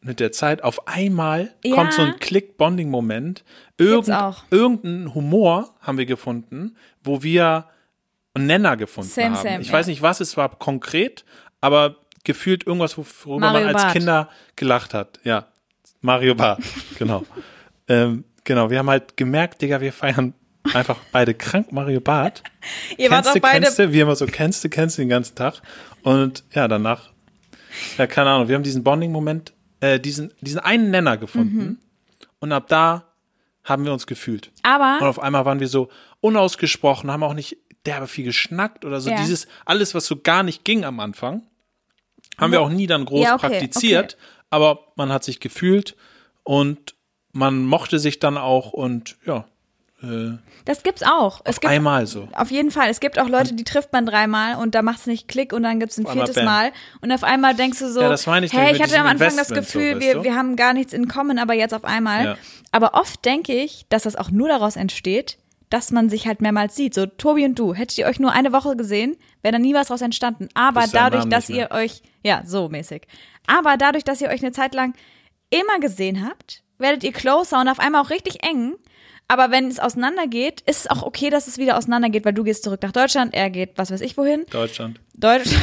mit der Zeit, auf einmal Ja. kommt so ein Click-Bonding-Moment. Gibt's Irgend, auch. irgendeinen Humor haben wir gefunden, wo wir einen Nenner gefunden Same, haben. same, ich ja. weiß nicht, was es war konkret, aber gefühlt irgendwas, worüber Mario man als Barth. Kinder gelacht hat. Ja, Mario Barth, genau. ähm, genau, wir haben halt gemerkt, Digga, wir feiern einfach beide krank Mario Barth. Ihr wart Kennst auch du, beide. kennst du, wie immer so, kennst du, kennst du den ganzen Tag. Und ja, danach, ja, keine Ahnung, wir haben diesen Bonding-Moment, äh, diesen, diesen einen Nenner gefunden. Mhm. Und ab da haben wir uns gefühlt. Und Aber auf einmal waren wir so unausgesprochen, haben auch nicht derbe viel geschnackt oder so. Ja. Dieses, alles, was so gar nicht ging am Anfang, haben wir auch nie dann groß Ja, okay, praktiziert. okay. Aber man hat sich gefühlt und man mochte sich dann auch und ja, äh, das gibt's auch. Es auf gibt einmal so. Auf jeden Fall. Es gibt auch Leute, die trifft man dreimal und da macht's nicht Klick und dann gibt's ein Auf einmal viertes bam. Mal und auf einmal denkst du so, Ja, das meine ich hey, nämlich ich mit hatte am diesem Anfang das Investment so, Gefühl, weißt wir, du? wir haben gar nichts in Common, aber jetzt auf einmal. Ja. Aber oft denke ich, dass das auch nur daraus entsteht, dass man sich halt mehrmals sieht. So, Tobi und du, hättet ihr euch nur eine Woche gesehen, wäre da nie was daraus entstanden. Aber Wüsste deinen dadurch, Namen dass nicht ihr mehr. euch, ja, so mäßig. Aber dadurch, dass ihr euch eine Zeit lang immer gesehen habt, werdet ihr closer und auf einmal auch richtig eng. Aber wenn es auseinandergeht, ist es auch okay, dass es wieder auseinandergeht, weil du gehst zurück nach Deutschland, er geht, was weiß ich wohin. Deutschland. Deutschland.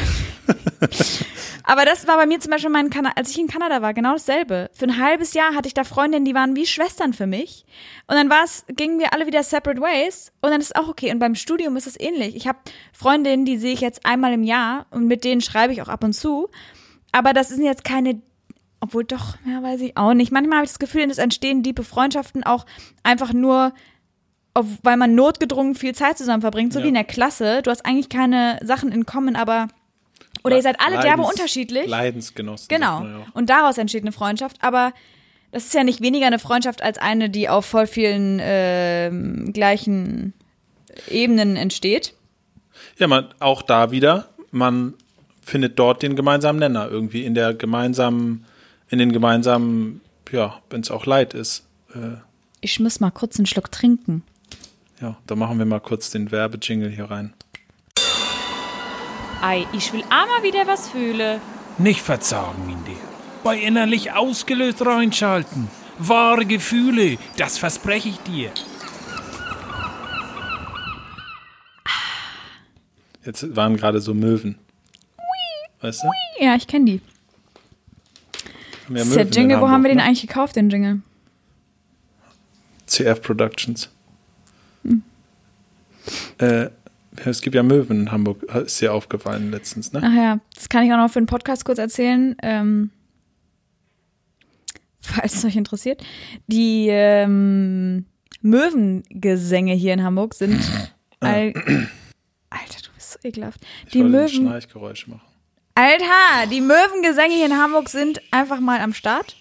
Aber das war bei mir zum Beispiel, mein Kana- als ich in Kanada war, genau dasselbe. Für ein halbes Jahr hatte ich da Freundinnen, die waren wie Schwestern für mich. Und dann war es, gingen wir alle wieder separate ways. Und dann ist es auch okay. Und beim Studium ist es ähnlich. Ich habe Freundinnen, die sehe ich jetzt einmal im Jahr und mit denen schreibe ich auch ab und zu. Aber das sind jetzt keine, obwohl doch, ja, weiß ich auch nicht. Manchmal habe ich das Gefühl, es entstehen tiefe Freundschaften auch einfach nur, auf, weil man notgedrungen viel Zeit zusammen verbringt, so Ja. wie in der Klasse. Du hast eigentlich keine Sachen in Common, aber oder ihr seid alle derbe Leidens- unterschiedlich. Leidensgenossen. Genau. sagt man ja auch. Und daraus entsteht eine Freundschaft. Aber das ist ja nicht weniger eine Freundschaft als eine, die auf voll vielen ähm, gleichen Ebenen entsteht. Ja, man, auch da wieder, man findet dort den gemeinsamen Nenner irgendwie in der gemeinsamen, in den gemeinsamen, ja, wenn es auch Leid ist. Äh, Ich muss mal kurz einen Schluck trinken. ja, da machen wir mal kurz den Werbejingle hier rein. Ei, ich will auch mal wieder was fühlen. Nicht verzagen in dir. Bei innerlich ausgelöst reinschalten. Wahre Gefühle, das verspreche ich dir. Jetzt waren gerade so Möwen. Weißt du? Ja, ich kenne die. Haben ja Das ist der Möwen in Jingle, wo Hamburg, haben wir den ne? eigentlich gekauft, den Jingle? C F Productions. Hm. Äh, es gibt ja Möwen in Hamburg, ist dir aufgefallen letztens, ne? Ach ja, das kann ich auch noch für den Podcast kurz erzählen, ähm, falls es euch interessiert. Die ähm, Möwengesänge hier in Hamburg sind all Alter, du bist so ekelhaft. Ich Die wollte ein Möwen, Schnarchgeräusch machen. Alter, die Möwengesänge hier in Hamburg sind einfach mal am Start.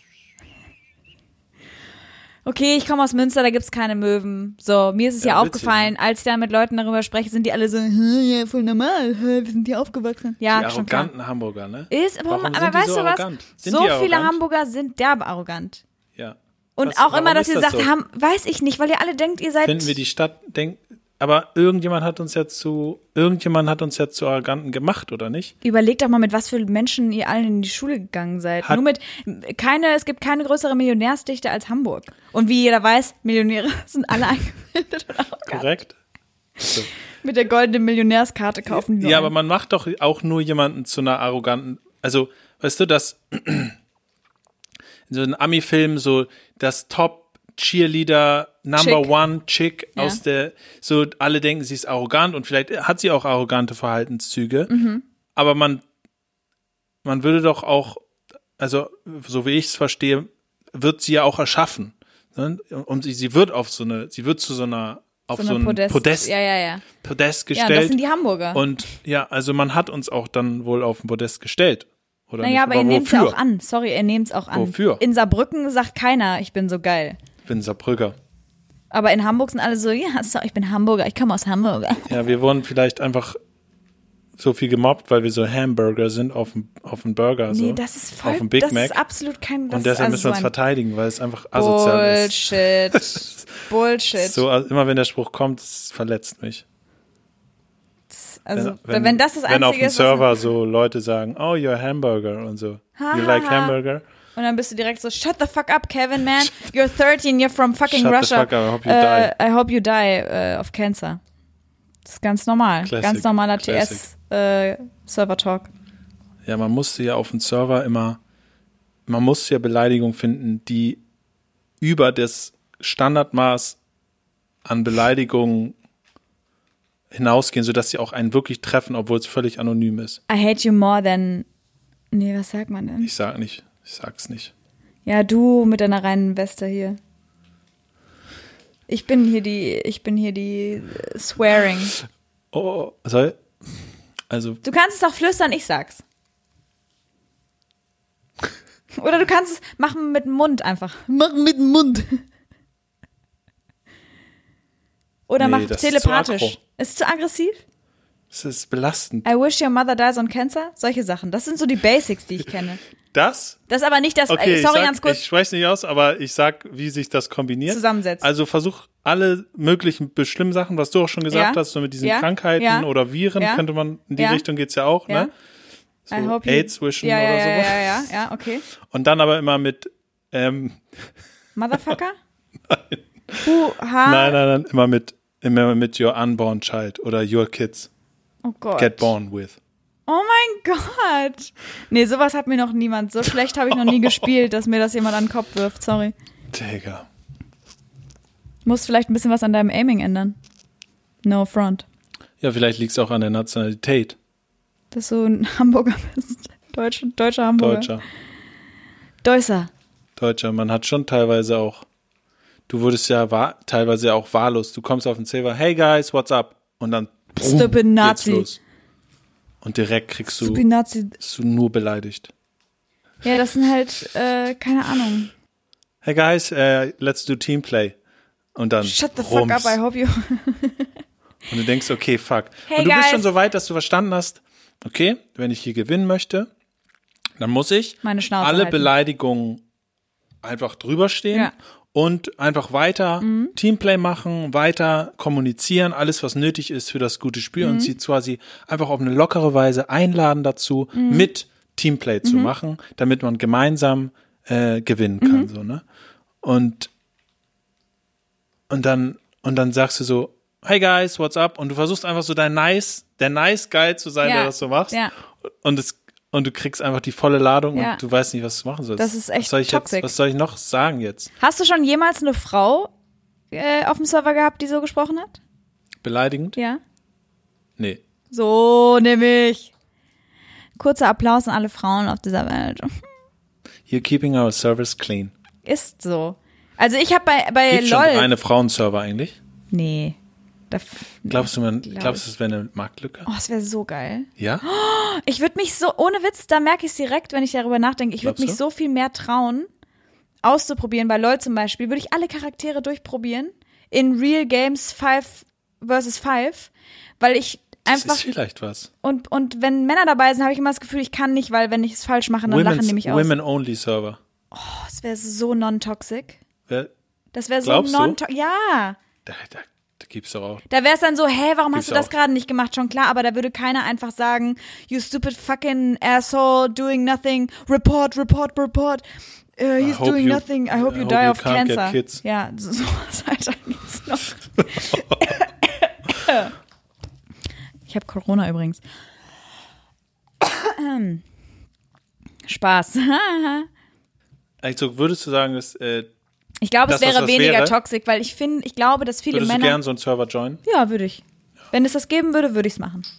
Okay, ich komme aus Münster, da gibt's keine Möwen. So, mir ist es ja, Ja, witzig, aufgefallen, als ich da mit Leuten darüber spreche, sind die alle so, "Hm, ja, voll normal, hä, wir sind hier aufgewachsen. Ja, Die schon klar. arroganten Hamburger, ne? Ist, aber, Warum aber sind die weißt so du was? arrogant? Sind So die viele arrogant? Hamburger sind derbe arrogant. Ja. Und Was- auch warum immer, dass ist ihr das sagt, so? haben, weiß ich nicht, weil ihr alle denkt, ihr seid. Finden wir die Stadt, denk, aber irgendjemand hat uns ja zu, irgendjemand hat uns ja zu Arroganten gemacht, oder nicht? Überlegt doch mal, mit was für Menschen ihr alle in die Schule gegangen seid. Hat- Nur mit keine, es gibt keine größere Millionärsdichte als Hamburg. Und wie jeder weiß, Millionäre sind alle eingebildet und arrogant. Korrekt? So. Mit der goldenen Millionärskarte kaufen die nur Ja, ein. aber man macht doch auch nur jemanden zu einer arroganten, also, weißt du, dass in so einem Ami-Film so das Top-Cheerleader Number Chick. One Chick Ja. aus der, so alle denken, sie ist arrogant und vielleicht hat sie auch arrogante Verhaltenszüge, Mhm. aber man, man würde doch auch, also so wie ich es verstehe, wird sie ja auch erschaffen. Ne? Und sie, sie wird auf so eine, sie wird zu so einer, auf so, eine ein Podest. Podest, Ja, ja, ja. Podest Ja, gestellt. das sind die Hamburger. Und ja, also man hat uns auch dann wohl auf den Podest gestellt. Oder naja, nicht? aber ihr nehmt es wofür? ja auch an. Sorry, ihr nehmt es auch an. Wofür? In Saarbrücken sagt keiner, ich bin so geil. Ich bin Saarbrücker. Aber in Hamburg sind alle so, ja, so, ich bin Hamburger, ich komme aus Hamburg. Ja, wir wurden vielleicht einfach so viel gemobbt, weil wir so Hamburger sind auf dem, auf dem Burger. So. Nee, das ist voll, Auf dem Big das Mac. ist absolut kein, das Und deshalb ist müssen wir uns also verteidigen, weil es einfach asozial ist. Bullshit. Bullshit. So, also immer wenn der Spruch kommt, es verletzt mich. also, wenn, das das Wenn auf Einzige dem ist, Server so Leute sagen, oh, you're Hamburger und so. Ha, You ha, like ha. Hamburger? Und dann bist du direkt so, shut the fuck up, Kevin, man. You're thirteen, you're from fucking Shut Russia. the fuck up, I hope you uh, die. I hope you die uh, of cancer. Das ist ganz normal. Classic, ganz normaler Classic. T S-Server-Talk. Ja, man musste ja auf dem Server immer, man musste ja Beleidigungen finden, die über das Standardmaß an Beleidigungen hinausgehen, sodass sie auch einen wirklich treffen, obwohl es völlig anonym ist. I hate you more than... Nee, was sagt man denn? Ich sag nicht, ich sag's nicht. Ja, du mit deiner reinen Weste hier. Ich bin hier die, ich bin hier die äh, Swearing. Oh, soll, also, Du kannst es auch flüstern, ich sag's. Oder du kannst es machen mit dem Mund einfach. Machen mit dem Mund. Oder Nee, mach das ist zu telepathisch. aggro. Ist es zu aggressiv? es ist belastend. I wish your mother dies on cancer? Solche Sachen. Das sind so die Basics, die ich kenne. Das? Das ist aber nicht das, Okay, äh, sorry, ich, ganz sag, kurz, ich spreche nicht aus, aber ich sag, wie sich das kombiniert. zusammensetzt. Also versuch alle möglichen schlimmen Sachen, was du auch schon gesagt Ja. hast, so mit diesen Ja. Krankheiten Ja. oder Viren, Ja. könnte man, in die Ja. Richtung geht's ja auch, Ja. ne? So I hope you- AIDS wischen ja, ja, oder ja, sowas. ja, ja, ja, okay. Und dann aber immer mit, ähm, Motherfucker? Nein. Hu, ha, nein, nein, nein, immer mit, immer mit your unborn child oder your kids oh Gott. get born with. Oh mein Gott. Nee, sowas hat mir noch niemand. So schlecht habe ich noch nie gespielt, dass mir das jemand an den Kopf wirft. Sorry. Digga. Musst vielleicht ein bisschen was an deinem Aiming ändern. No front. Ja, vielleicht liegt's auch an der Nationalität. Dass du ein Hamburger bist. Deutscher, deutscher Hamburger. Deutscher. Deutscher. Deutscher. Man hat schon teilweise auch, du wurdest ja wahr, teilweise ja auch wahllos. Du kommst auf den Server, hey guys, what's up? Und dann brumm, Stupid Nazi. geht's los. Und direkt kriegst du, Stupid Nazi. bist du nur beleidigt. Ja, das sind halt, äh, keine Ahnung. Hey guys, uh, let's do Teamplay. Und dann Shut the fuck rums. up, I hope you. Und du denkst, okay, fuck. Hey, und du bist guys. schon so weit, dass du verstanden hast, okay, wenn ich hier gewinnen möchte, dann muss ich Meine Schnauze alle halten. Beleidigungen einfach drüber stehen Ja. und einfach weiter Mhm. Teamplay machen, weiter kommunizieren, alles, was nötig ist für das gute Spiel Mhm. und sie quasi einfach auf eine lockere Weise einladen dazu, Mhm. mit Teamplay zu machen, damit man gemeinsam äh, gewinnen kann, Mhm. so, ne? Und, und dann, und dann sagst du so, hey guys, what's up? Und du versuchst einfach so dein nice, der nice Guy zu sein, Ja. der das so macht. Ja. Und es, und du kriegst einfach die volle Ladung Ja. und du weißt nicht, was du machen sollst. Das ist echt was soll ich toxisch. jetzt, was soll ich noch sagen jetzt? Hast du schon jemals eine Frau äh, auf dem Server gehabt, die so gesprochen hat? Beleidigend? Ja. Nee. So nämlich. Kurzer Applaus an alle Frauen auf dieser Welt. You're keeping our service clean. Ist so. Also ich habe bei, bei Gibt schon LOL... reine Frauenserver eigentlich? Nee. Da, Glaubst du, man, Glaub glaubst ich. du, es wäre eine Marktlücke? oh, es wäre so geil. Ja? Ich würde mich so, ohne Witz, da merke ich es direkt, wenn ich darüber nachdenke, ich würde Glaubst mich du? so viel mehr trauen, auszuprobieren. Bei LOL zum Beispiel würde ich alle Charaktere durchprobieren in Real Games five versus five, weil ich Das einfach... ist vielleicht was. Und, und wenn Männer dabei sind, habe ich immer das Gefühl, ich kann nicht, weil wenn ich es falsch mache, dann lachen die mich aus. Women-only-Server. Oh, das wäre so non-toxic. Wer- Das wäre so Glaubst du? non-toxic. Ja. Da, da, da gibt's doch auch. Da wäre es dann so, hä, warum hast Gibt's du das auch. gerade nicht gemacht? Schon klar, aber da würde keiner einfach sagen, you stupid fucking asshole, doing nothing, report, report, report. Uh, he's hope doing you- nothing, I hope I you hope die you of can't get cancer. kids. Ja, so- sowas Alter, geht's noch. Ich habe Corona übrigens. Spaß. Also würdest du sagen, dass, äh, Ich glaube, es Das, was wäre das weniger wäre? toxisch, weil ich finde, ich glaube, dass viele würdest du Männer. gern so einen Server joinen? Ja, würde ich. Wenn es das geben würde, würde ich es machen.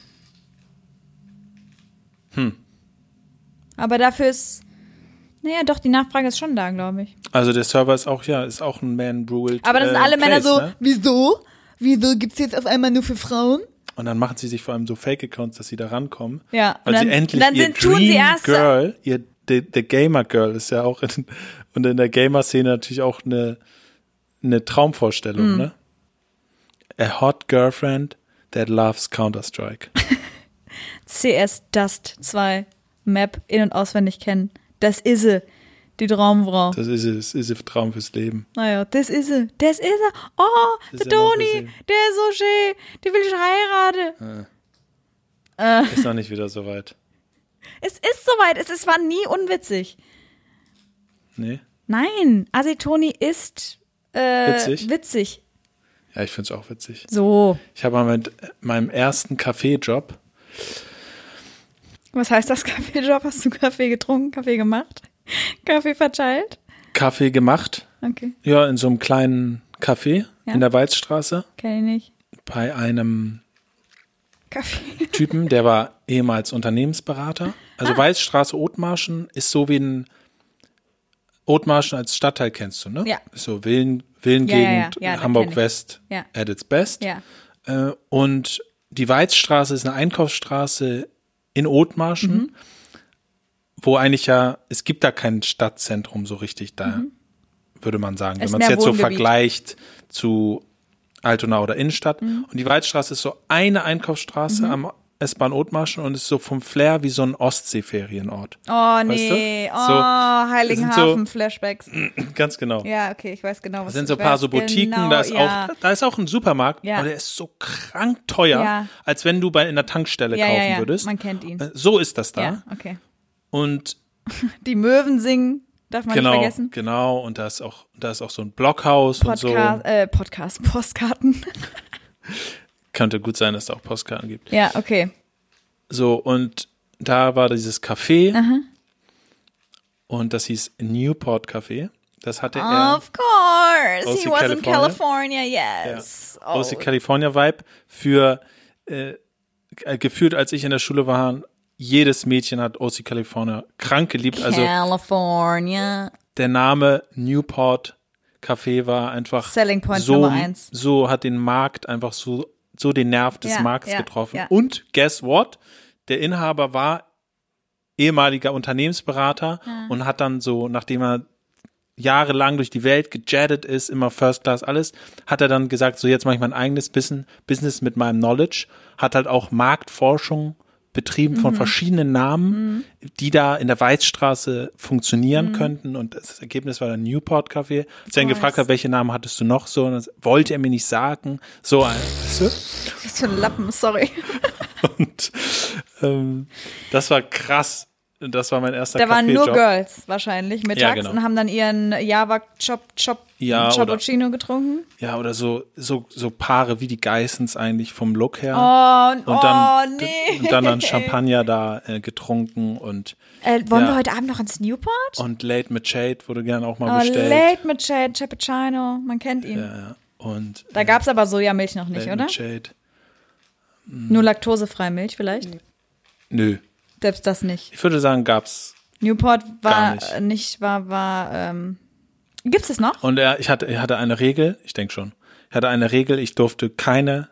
Hm. Aber dafür ist, naja, doch, die Nachfrage ist schon da, glaube ich. Also der Server ist auch, ja, ist auch ein man-ruled Aber das sind äh, alle Männer place, so, ne? wieso? Wieso gibt's jetzt auf einmal nur für Frauen? Und dann machen sie sich vor allem so Fake-Accounts, dass sie da rankommen. Ja, Weil und dann- sie endlich dann ihr sind- tun sie Dream erst- Girl, ihr der der Gamer Girl ist ja auch in, und in der Gamer-Szene natürlich auch eine, eine Traumvorstellung, Mhm. ne? A hot girlfriend that loves Counter-Strike. C S Dust zwei Map in- und auswendig kennen. Das ist sie, die Traumfrau. Das ist es, ist ein Traum fürs Leben. Naja, das ist sie, das ist sie. Oh, Das der ist ja noch Toni, ein bisschen- der ist so schön, die will ich heiraten. Ist noch nicht wieder so weit. Es ist soweit, es, es war nie unwitzig. Nee. Nein, Asitoni ist äh, Witzig? witzig. Ja, ich finde es auch witzig. So. Ich habe mal mit meinem ersten Kaffeejob. Was heißt das Kaffeejob? Hast du Kaffee getrunken, Kaffee gemacht? Kaffee verteilt? Kaffee gemacht. Okay. Ja, in so einem kleinen Café Ja. in der Weizstraße. Kenn ich nicht. Bei einem Kaffee. Typen, der war ehemals Unternehmensberater. Also Ah. Weißstraße, Othmarschen ist so wie ein Othmarschen als Stadtteil kennst du, ne? Ja. Ist so Villen, Villengegend, Ja, ja, ja. Ja, da Hamburg kenn ich. West Ja. at its best. Ja. Äh, und die Weizstraße ist eine Einkaufsstraße in Othmarschen, Mhm. wo eigentlich ja, es gibt da kein Stadtzentrum so richtig da, würde man sagen. Wenn Ist man es mehr jetzt so Wohngebiet. vergleicht zu Altona oder Innenstadt. Mhm. Und die Weizstraße ist so eine Einkaufsstraße am S-Bahn Othmarschen und ist so vom Flair wie so ein Ostseeferienort. Oh, nee. du? Oh, So, Heiligenhafen-Flashbacks. Ganz genau. Ja, okay, ich weiß genau, was Das sind ich so ein paar weiß so Boutiquen, genau, da, ist ja. auch, da ist auch ein Supermarkt, Ja. aber der ist so krank teuer, Ja. als wenn du bei in der Tankstelle Ja, kaufen ja, ja. würdest. Man kennt ihn. Äh, So ist das da. Ja, okay. Und Die Möwen singen, darf man genau, nicht vergessen. genau, und da ist auch, da ist auch so ein Blockhaus und so. Podcast, äh, Podcast, Postkarten. Könnte gut sein, dass es da auch Postkarten gibt. Ja, okay. So, und da war dieses Café und das hieß Newport Café. Das hatte er. Of course, Aus he die was in California. California, yes. Oh. Aus der California Vibe für äh, äh, gefühlt, als ich in der Schule war, jedes Mädchen hat O C California krank geliebt. Also California. der Name Newport Café war einfach Selling Point so, Nummer eins. so hat den Markt einfach so, so den Nerv des Ja, Markts ja, getroffen. ja. Und guess what? Der Inhaber war ehemaliger Unternehmensberater und hat dann so, nachdem er jahrelang durch die Welt gejettet ist, immer First Class alles, hat er dann gesagt, so jetzt mache ich mein eigenes Business, Business mit meinem Knowledge, hat halt auch Marktforschung betrieben von verschiedenen Namen, die da in der Weißstraße funktionieren könnten, und das Ergebnis war dann Newport Café. Als ich dann Nice. gefragt habe, welche Namen hattest du noch so, und das wollte er mir nicht sagen, so ein, weißt du? Was für ein Lappen, sorry. Und ähm, das war krass. Das war mein erster Da waren nur Kaffeejob. Girls wahrscheinlich mittags Ja, genau. und haben dann ihren Java Chop Chop Ja, Cappuccino getrunken. Ja, oder so, so, so Paare wie die Geissens eigentlich vom Look her. Oh, und oh dann, nee. und dann dann Champagner da äh, getrunken und, Äh, wollen Ja. wir heute Abend noch ins Newport? und Late mit Shade wurde gerne auch mal Oh, bestellt. Late mit Shade, Cappuccino, man kennt ihn. Ja, ja. Und Da gab's aber Sojamilch noch nicht, Late oder? mit Shade. Nur laktosefreie Milch vielleicht? Nö. Selbst das nicht. Ich würde sagen, gab's. Newport war Gar nicht. nicht. nicht, war, war, ähm, gibt's es noch? Und er, ich hatte, ich hatte eine Regel, ich denke schon. Ich hatte eine Regel, ich durfte keine,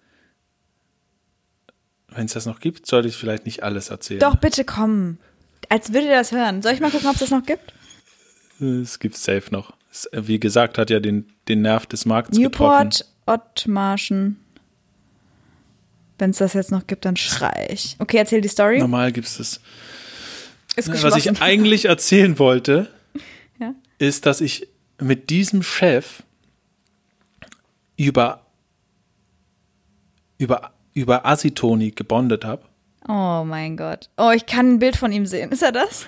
wenn es das noch gibt, sollte ich vielleicht nicht alles erzählen. Doch, bitte komm. Als würde ihr das hören. Soll ich mal gucken, ob es das noch gibt? Es gibt safe noch. Es, wie gesagt, hat ja den, den Nerv des Marktes getroffen. Newport, Othmarschen. Wenn es das jetzt noch gibt, dann schrei ich. Okay, erzähl die Story. Normal gibt es das. Ist Was geschlossen. ich eigentlich erzählen wollte, Ja. ist, dass ich mit diesem Chef über, über, über Asitoni gebondet habe. Oh mein Gott. Oh, ich kann ein Bild von ihm sehen. Ist er das?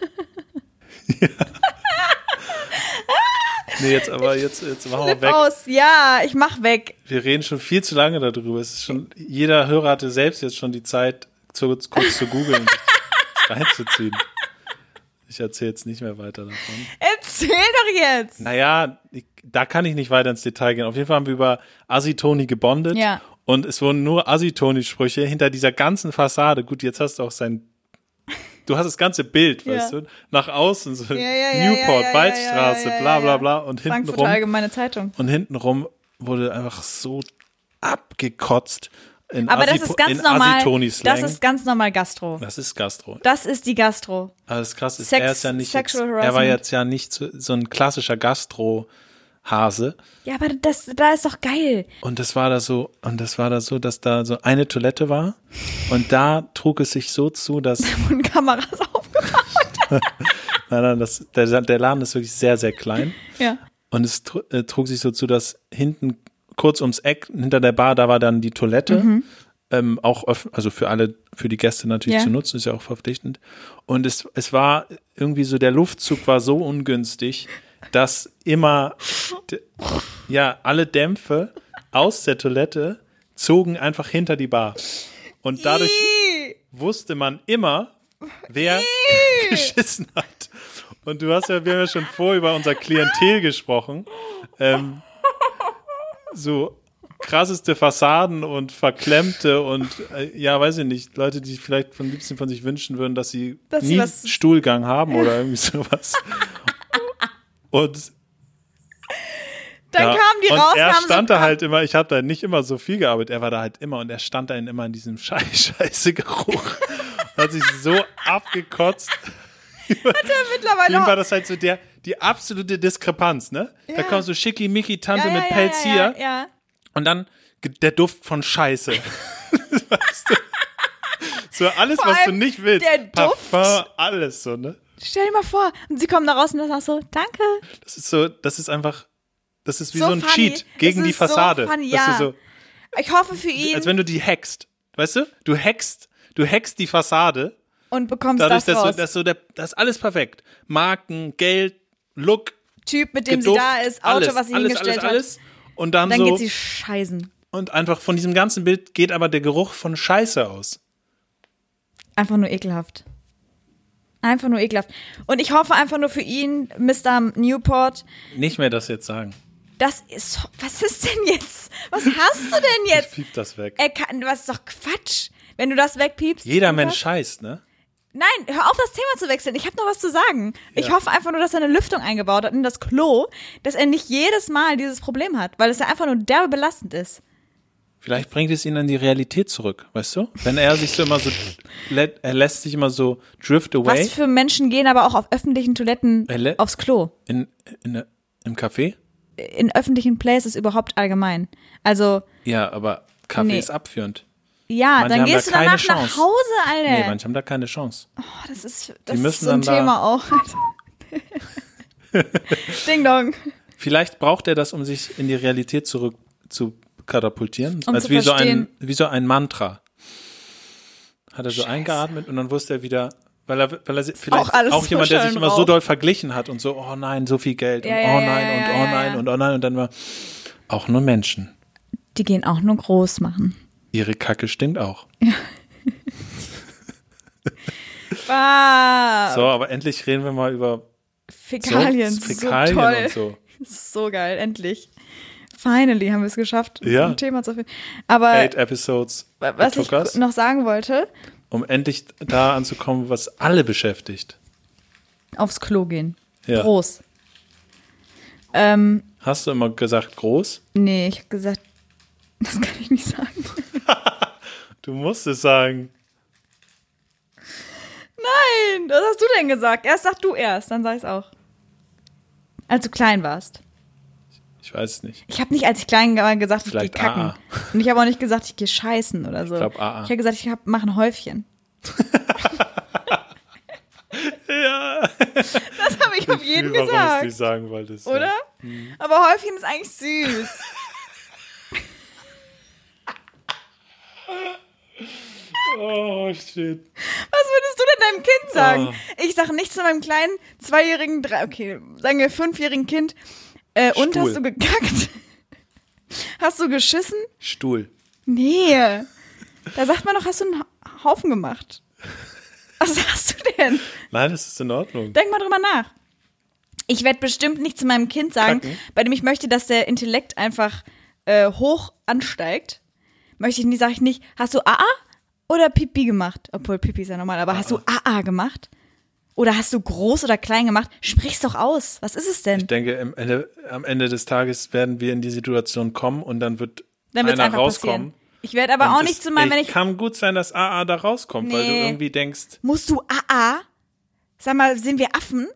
Nee, jetzt aber, jetzt, jetzt machen wir Flip weg. aus. Ja, ich mach weg. Wir reden schon viel zu lange darüber. Es ist schon, jeder Hörer hatte selbst jetzt schon die Zeit, zu, kurz zu googeln, sich das reinzuziehen. Ich erzähle jetzt nicht mehr weiter davon. Erzähl doch jetzt. Naja, ich, da kann ich nicht weiter ins Detail gehen. Auf jeden Fall haben wir über Asitoni gebondet. Ja. Und es wurden nur Asitoni-Sprüche hinter dieser ganzen Fassade. Gut, jetzt hast du auch sein, du hast das ganze Bild, Ja. weißt du, nach außen, so Ja, ja, ja, Newport, ja, ja, Waldstraße, ja, ja, ja, bla bla ja. bla. Und Frankfurter hintenrum, Allgemeine Zeitung. und hintenrum wurde einfach so abgekotzt. In Aber das Asi- ist ganz in normal. Asitoni-Slang. Das ist ganz normal Gastro. Das ist Gastro. Das ist die Gastro. Aber das krass ist, Sex- er ist ja nicht, jetzt, Sexual er war Harassment. jetzt ja nicht so, so ein klassischer Gastro-Hase. Ja, aber das, da ist doch geil. Und das war da so, und das war da so, dass da so eine Toilette war. Und da trug es sich so zu, dass, Und Kameras aufgebaut. nein, nein, das, der, der Laden ist wirklich sehr, sehr klein. Ja. Und es tru- äh, trug sich so zu, dass hinten kurz ums Eck, hinter der Bar, da war dann die Toilette. Mhm. ähm, auch öff- also für alle, für die Gäste natürlich Ja. zu nutzen, ist ja auch verpflichtend. Und es, es war irgendwie so, der Luftzug war so ungünstig, dass immer, d- ja, alle Dämpfe aus der Toilette zogen einfach hinter die Bar. Und dadurch wusste man immer, wer geschissen hat. Und du hast ja, wir haben ja schon vorher über unser Klientel gesprochen. Ähm, so krasseste Fassaden und verklemmte und äh, ja, weiß ich nicht, Leute, die vielleicht von liebsten von sich wünschen würden, dass sie Dass sie nie was- Stuhlgang haben oder irgendwie sowas. Und Dann ja, kamen die und raus und er haben stand so da halt immer, ich habe da nicht immer so viel gearbeitet, er war da halt immer und er stand da immer in diesem scheiß scheiße Geruch. Hat sich so abgekotzt. mittlerweile Für ihn war das halt so der, die absolute Diskrepanz, ne? Da Ja. kommt so schickimicki Tante ja, mit ja, Pelz ja, hier ja, ja. und dann ge- der Duft von Scheiße. Weißt du? So alles, Vor was du allem nicht willst. der Duft. Parfum, alles so, ne? Stell dir mal vor, und sie kommen da raus und das auch so, danke. Das ist so, das ist einfach, das ist wie So so, ein funny. Cheat gegen Es die ist so Fassade. funny, Dass ja. du so, Ich hoffe für ihn als wenn du die hackst. Weißt du? Du hackst, du hackst die Fassade. und bekommst Dadurch, das dass raus. du, dass so der, das ist alles perfekt. Marken, Geld, Look, Typ, mit dem Geduft, sie da ist, Auto, alles, was sie alles, hingestellt alles, alles. Und dann, hat. Dann so, geht sie scheißen. und einfach von diesem ganzen Bild geht aber der Geruch von Scheiße aus. Einfach nur ekelhaft. Einfach nur ekelhaft. Und ich hoffe einfach nur für ihn, Mister Newport, Nicht mehr das jetzt sagen. das ist, was ist denn jetzt? Was hast du denn Ich jetzt? piep das weg. Er kann, was ist doch Quatsch. Wenn du das wegpiepst. Jeder Lukas. Mensch scheißt, ne? Nein, hör auf, das Thema zu wechseln. Ich habe noch was zu sagen. Ich Ja. hoffe einfach nur, dass er eine Lüftung eingebaut hat in das Klo, dass er nicht jedes Mal dieses Problem hat, weil es ja einfach nur derbe belastend ist. Vielleicht bringt es ihn in die Realität zurück, weißt du? Wenn er sich so immer so, lä- er lässt sich immer so drift away Was für Menschen gehen aber auch auf öffentlichen Toiletten Er lä- aufs Klo? in, in, der- im Café. In öffentlichen Places überhaupt allgemein. Also, Ja, aber Kaffee Nee. ist abführend. ja, Manche dann haben gehst da du keine danach nach Chance. Hause, Alter. Nee, manche haben da keine Chance. oh, das ist, das müssen ist so ein dann da- Thema auch. Ding dong. Vielleicht braucht er das, um sich in die Realität zurück zu katapultieren. Um Als zu wie so, ein, verstehen. wie so ein Mantra. Hat er so Scheiße. eingeatmet und dann wusste er wieder, weil er, weil er si- vielleicht Auch alles auch jemand, der sich Schall und immer so Rauch. doll verglichen hat und so, oh nein, so viel Geld Ja, und ja, oh ja, nein ja, und ja, oh ja, nein ja. und oh nein und dann war auch nur Menschen. Die gehen auch nur groß machen. Ihre Kacke stinkt auch. Ah, So, aber endlich reden wir mal über Fäkalien, so, so Fäkalien toll. und so. So geil, endlich. Finally haben wir es geschafft, Ja. ein Thema zu finden. Aber Eight episodes was it ich took us, noch sagen wollte, um endlich da anzukommen, was alle beschäftigt. aufs Klo gehen. Ja. Groß. Ähm, Hast du immer gesagt groß? nee, ich habe gesagt, das kann ich nicht sagen. Du musst es sagen. Nein, was hast du denn gesagt? Erst sag du erst, dann sag ich's auch. Als du klein warst. Ich weiß es nicht. Ich habe nicht, als ich klein war, gesagt, ich gehe Vielleicht kacken. A A. Und ich habe auch nicht gesagt, ich gehe scheißen oder so. Ich glaub, A A. Ich habe gesagt, ich mache ein Häufchen. Ja. Das habe ich auf jeden Warum du es gesagt. nicht sagen wolltest. Oder? Ja. Aber Häufchen ist eigentlich süß. Oh, shit. Was würdest du denn deinem Kind sagen? Oh. Ich sage nicht zu meinem kleinen zweijährigen, drei, okay, sagen wir fünfjährigen Kind, äh, und Stuhl. hast du gekackt? Hast du geschissen? Stuhl. Nee. Da sagt man doch, hast du einen Haufen gemacht. Was hast du denn? Nein, das ist in Ordnung. Denk mal drüber nach. Ich werde bestimmt nicht zu meinem Kind sagen, Kacken? bei dem ich möchte, dass der Intellekt einfach äh, hoch ansteigt. Möchte ich nicht, sage ich nicht, hast du A A oder Pipi gemacht? Obwohl Pipi ist ja normal, aber hast du A A gemacht? Oder hast du groß oder klein gemacht? Sprich's doch aus. Was ist es denn? Ich denke, am Ende, am Ende des Tages werden wir in die Situation kommen und dann wird Dann wird's einer einfach rauskommen. passieren. Ich werde aber Und auch es- nicht zu meinem, wenn ey, ich, kann gut sein, dass A A da rauskommt, weil du Nee. irgendwie denkst, musst du A A? Sag mal, sind wir Affen?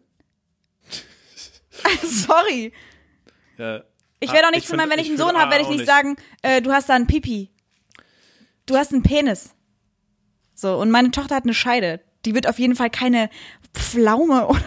Sorry. ja, Ich werde auch Ah, nicht ich zu meinem, find- wenn ich einen find Sohn A A habe, werde ich auch nicht, nicht. sagen, äh, du hast da einen Pipi. Du hast einen Penis. So, und meine Tochter hat eine Scheide. Die wird auf jeden Fall keine Pflaume oder,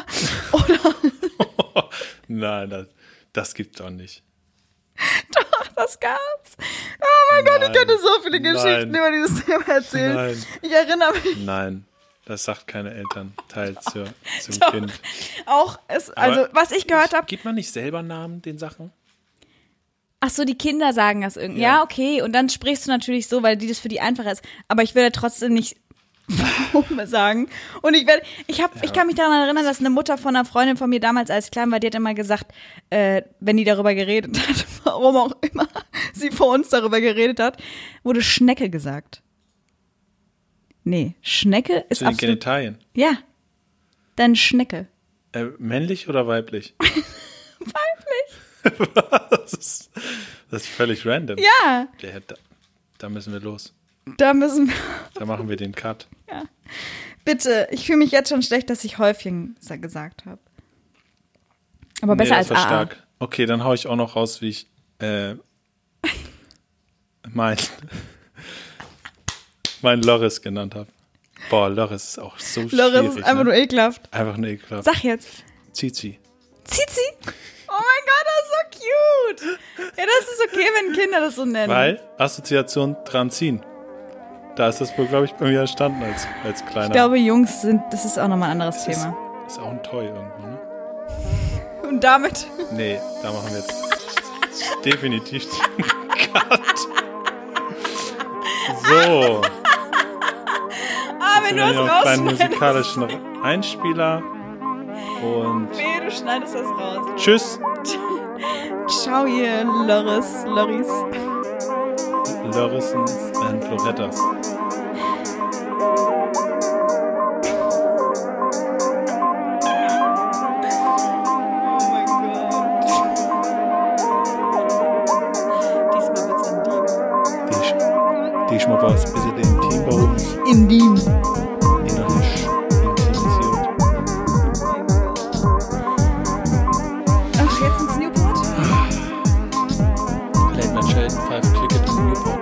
oder nein, das, das gibt's doch nicht. doch, das gab's. Oh mein Gott, ich könnte so viele Geschichten Nein. über dieses Thema erzählen. Nein. Ich erinnere mich Nein, das sagt keine Elternteil zur, zum Doch. Kind. auch, es, also Aber was ich gehört habe, Gibt man nicht selber Namen den Sachen? ach so, die Kinder sagen das irgendwie. Ja. Ja, okay, und dann sprichst du natürlich so, weil die das für die einfacher ist. Aber ich werde trotzdem nicht warum sagen. Und ich werde, ich habe, ich kann mich daran erinnern, dass eine Mutter von einer Freundin von mir damals, als ich klein war, die hat immer gesagt, äh, wenn die darüber geredet hat, warum auch immer sie vor uns darüber geredet hat, wurde Schnecke gesagt. Nee, Schnecke ist Zu den absolut, Genitalien. ja, dann Schnecke. Äh, männlich oder weiblich? Weiblich. das, ist, das ist völlig random. Ja, Ja, da, da müssen wir los. da müssen wir, Da machen wir den Cut. bitte, ich fühle mich jetzt schon schlecht, dass ich Häufchen gesagt habe. Aber besser nee, das als war A A. stark. Okay, dann hau ich auch noch raus, wie ich äh, mein, mein Loris genannt habe. Boah, Loris ist auch so schwierig. Loris ist einfach ne? nur ekelhaft. Einfach nur ekelhaft. Sag jetzt. Zizi. Zizi? Oh mein Gott, das ist so cute. Ja, das ist okay, wenn Kinder das so nennen. Weil Assoziation dran ziehen. Da ist das wohl, glaube ich, bei mir entstanden als, als kleiner. Ich glaube, Jungs sind, das ist auch nochmal ein anderes ist, Thema. ist auch ein Toy irgendwo, ne? Und damit, Nee, da machen wir jetzt definitiv den Cut. So. ah, wenn du Jetzt das noch einen kleinen rausschneidest. musikalischen Einspieler. Und Weh, du schneidest das raus. tschüss. Ciao, ihr Loris, Loris. Lorisens and Lorettas. Oh mein Gott. Diesmal wird's intim. Die, die schmeckt was ein bisschen intim bei uns. Intim. Innerlich intimisiert. Ach, jetzt ins Newport? Late Night Sheldon, Five Click it in Newport.